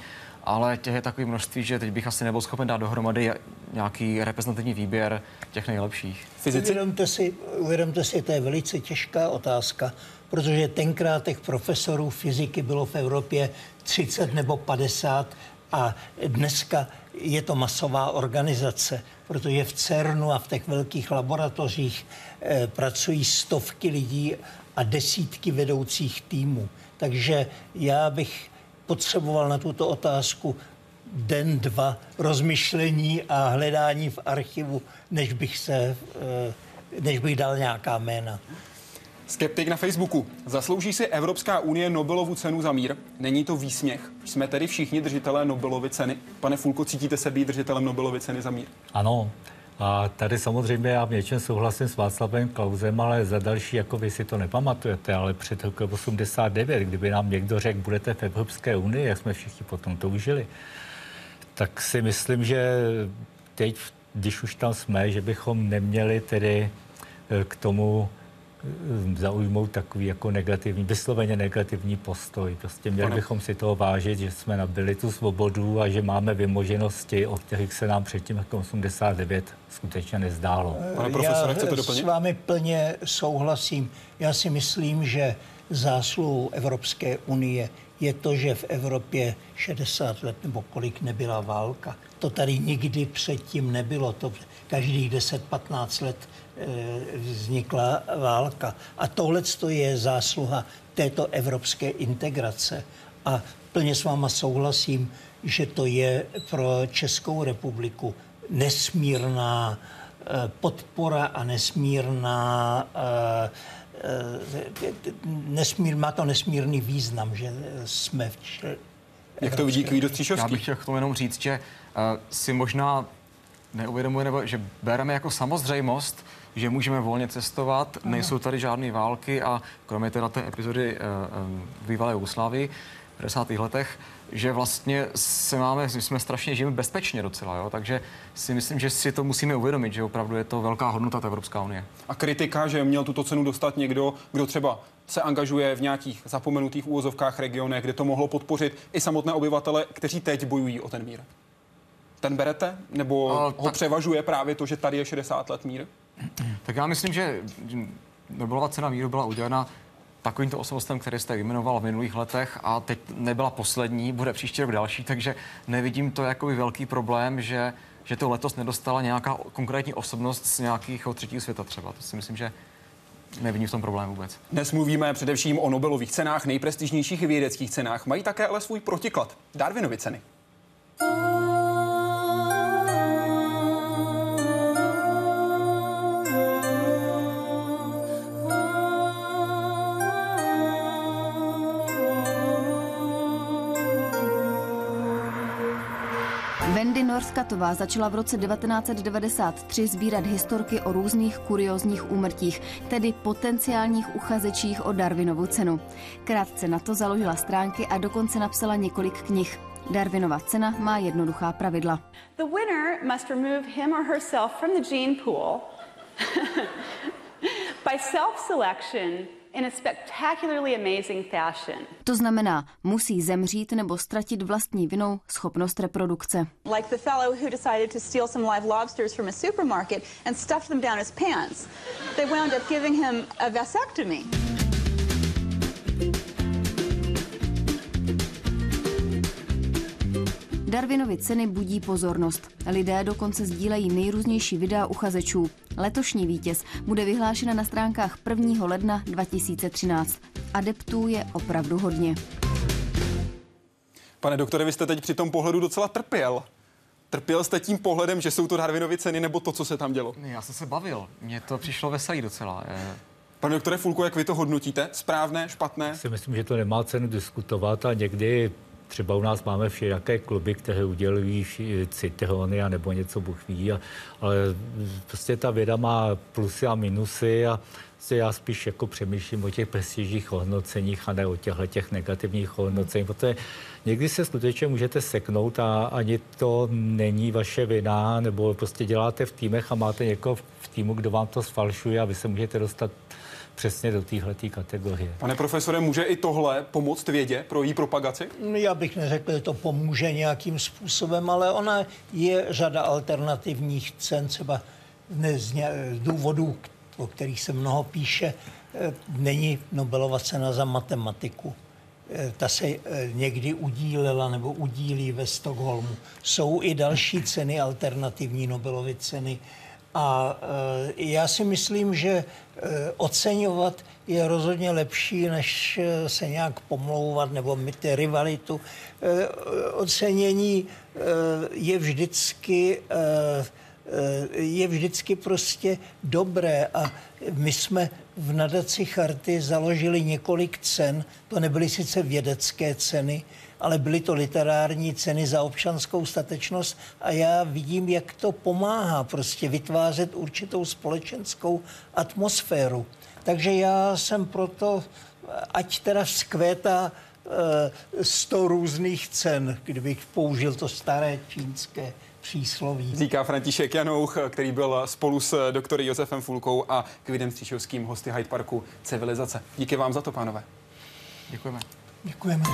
ale těch je takové množství, že teď bych asi nebyl schopen dát dohromady nějaký reprezentativní výběr těch nejlepších. Uvědomte si, to je velice těžká otázka, protože tenkrát těch profesorů fyziky bylo v Evropě 30 nebo 50 a dneska je to masová organizace, protože v CERNu a v těch velkých laboratořích pracují stovky lidí a desítky vedoucích týmů. Takže já bych potřeboval na tuto otázku den, dva rozmyšlení a hledání v archivu, než bych dal nějaká jména. Skeptik na Facebooku. Zaslouží si Evropská unie Nobelovu cenu za mír? Není to výsměch? Jsme tedy všichni držitelé Nobelovy ceny? Pane Fulko, cítíte se být držitelem Nobelovy ceny za mír? Ano. A tady samozřejmě já v něčem souhlasím s Václavem Klausem, ale za další, jako vy si to nepamatujete, ale před rokem 89, kdyby nám někdo řekl, budete v Evropské unii, jak jsme všichni potom toužili, tak si myslím, že teď, když už tam jsme, že bychom neměli tedy k tomu zaujmout takový jako vysloveně negativní postoj. Prostě měli bychom si toho vážit, že jsme nabili tu svobodu a že máme vymoženosti, o kterých se nám předtím jako 89 skutečně nezdálo. Pane profesore, chcete doplnit? S vámi plně souhlasím. Já si myslím, že zásluhou Evropské unie je to, že v Evropě 60 let nebo kolik nebyla válka. To tady nikdy předtím nebylo. To každých 10-15 let vznikla válka. A tohle je zásluha této evropské integrace. A plně s váma souhlasím, že to je pro Českou republiku nesmírná podpora a má to nesmírný význam, že jsme v Jak to vidí Kvído Stříšovský? Já bych chtěl k tomu jenom říct, že si možná neuvědomuje, nebo že bereme jako samozřejmost, že můžeme volně cestovat, nejsou tady žádné války a kromě teda té epizody bývalé Jugoslávii v 50. letech, že vlastně jsme strašně žijeme bezpečně docela, jo? Takže si myslím, že si to musíme uvědomit, že opravdu je to velká hodnota ta Evropská unie. A kritika, že měl tuto cenu dostat někdo, kdo třeba se angažuje v nějakých zapomenutých úvozovkách regionech, kde to mohlo podpořit i samotné obyvatele, kteří teď bojují o ten mír. Ten berete? Nebo ho převažuje právě to, že tady je 60 let mír? Tak já myslím, že Nobelova cena míru byla udělena takovýmto osobnostem, který jste vyjmenoval v minulých letech a teď nebyla poslední, bude příští rok další, takže nevidím to jako velký problém, že to letos nedostala nějaká konkrétní osobnost z nějakého třetího světa třeba. To si myslím, že nevidím v tom problém vůbec. Dnes mluvíme především o Nobelových cenách, nejprestižnějších vědeckých cenách. Mají také ale svůj protiklad. Darwinovy ceny. Wendy Norskatová začala v roce 1993 sbírat historky o různých kuriózních úmrtích, tedy potenciálních uchazečích o Darwinovu cenu. Krátce na to založila stránky a dokonce napsala několik knih. Darwinova cena má jednoduchá pravidla. The winner must remove him or herself from the gene pool by self-selection in a spectacularly amazing fashion. To znamená, musí zemřít nebo ztratit vlastní vinou schopnost reprodukce. Like the fellow who decided to steal some live lobsters from a supermarket and stuffed them down his pants. They wound up giving him a vasectomy. Darwinovy ceny budí pozornost. Lidé dokonce sdílejí nejrůznější videa uchazečů. Letošní vítěz bude vyhlášena na stránkách 1. ledna 2013. Adeptů je opravdu hodně. Pane doktore, vy jste teď při tom pohledu docela trpěl. Trpěl jste tím pohledem, že jsou to Darwinovy ceny, nebo to, co se tam dělo? Já jsem se bavil. Mně to přišlo veselý docela. Pane doktore Fulko, jak vy to hodnotíte? Správné, špatné? Já si myslím, že to nemá cenu diskutovat a někdy třeba u nás máme všelijaké kluby, které udělují citrony a nebo něco Bůh ví, ale prostě ta věda má plusy a minusy a já spíš jako přemýšlím o těch prestižních hodnoceních a ne o těch negativních hodnoceních, protože někdy se skutečně můžete seknout a ani to není vaše vina, nebo prostě děláte v týmech a máte někoho v týmu, kdo vám to sfalšuje a vy se můžete dostat přesně do téhletý kategorie. Pane profesore, může i tohle pomoct vědě pro její propagaci? Já bych neřekl, že to pomůže nějakým způsobem, ale ona je řada alternativních cen, třeba z důvodů, o kterých se mnoho píše, není Nobelova cena za matematiku. Ta se někdy udílela nebo udílí ve Stockholmu. Jsou i další ceny, alternativní Nobelovy ceny. A já si myslím, že oceňovat je rozhodně lepší, než se nějak pomlouvat nebo mít rivalitu. Ocenění je vždycky prostě dobré a my jsme v nadaci Charty založili několik cen. To nebyly sice vědecké ceny, ale byly to literární ceny za občanskou statečnost a já vidím, jak to pomáhá prostě vytvářet určitou společenskou atmosféru. Takže já jsem proto, ať teda vzkvétá 100 různých cen, kdybych použil to staré čínské přísloví. Říká František Janouch, který byl spolu s doktorem Josefem Fulkou a Kvidem Stříšovským hosty Hyde Parku Civilizace. Díky vám za to, pánové. Děkujeme. Děkujeme.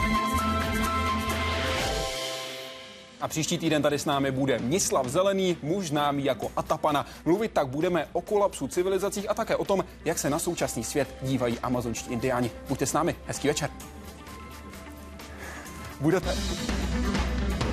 A příští týden tady s námi bude Mnislav Zelený, muž známý jako Atapana. Mluvit tak budeme o kolapsu civilizacích a také o tom, jak se na současný svět dívají amazonští indiáni. Buďte s námi, hezký večer. Budete.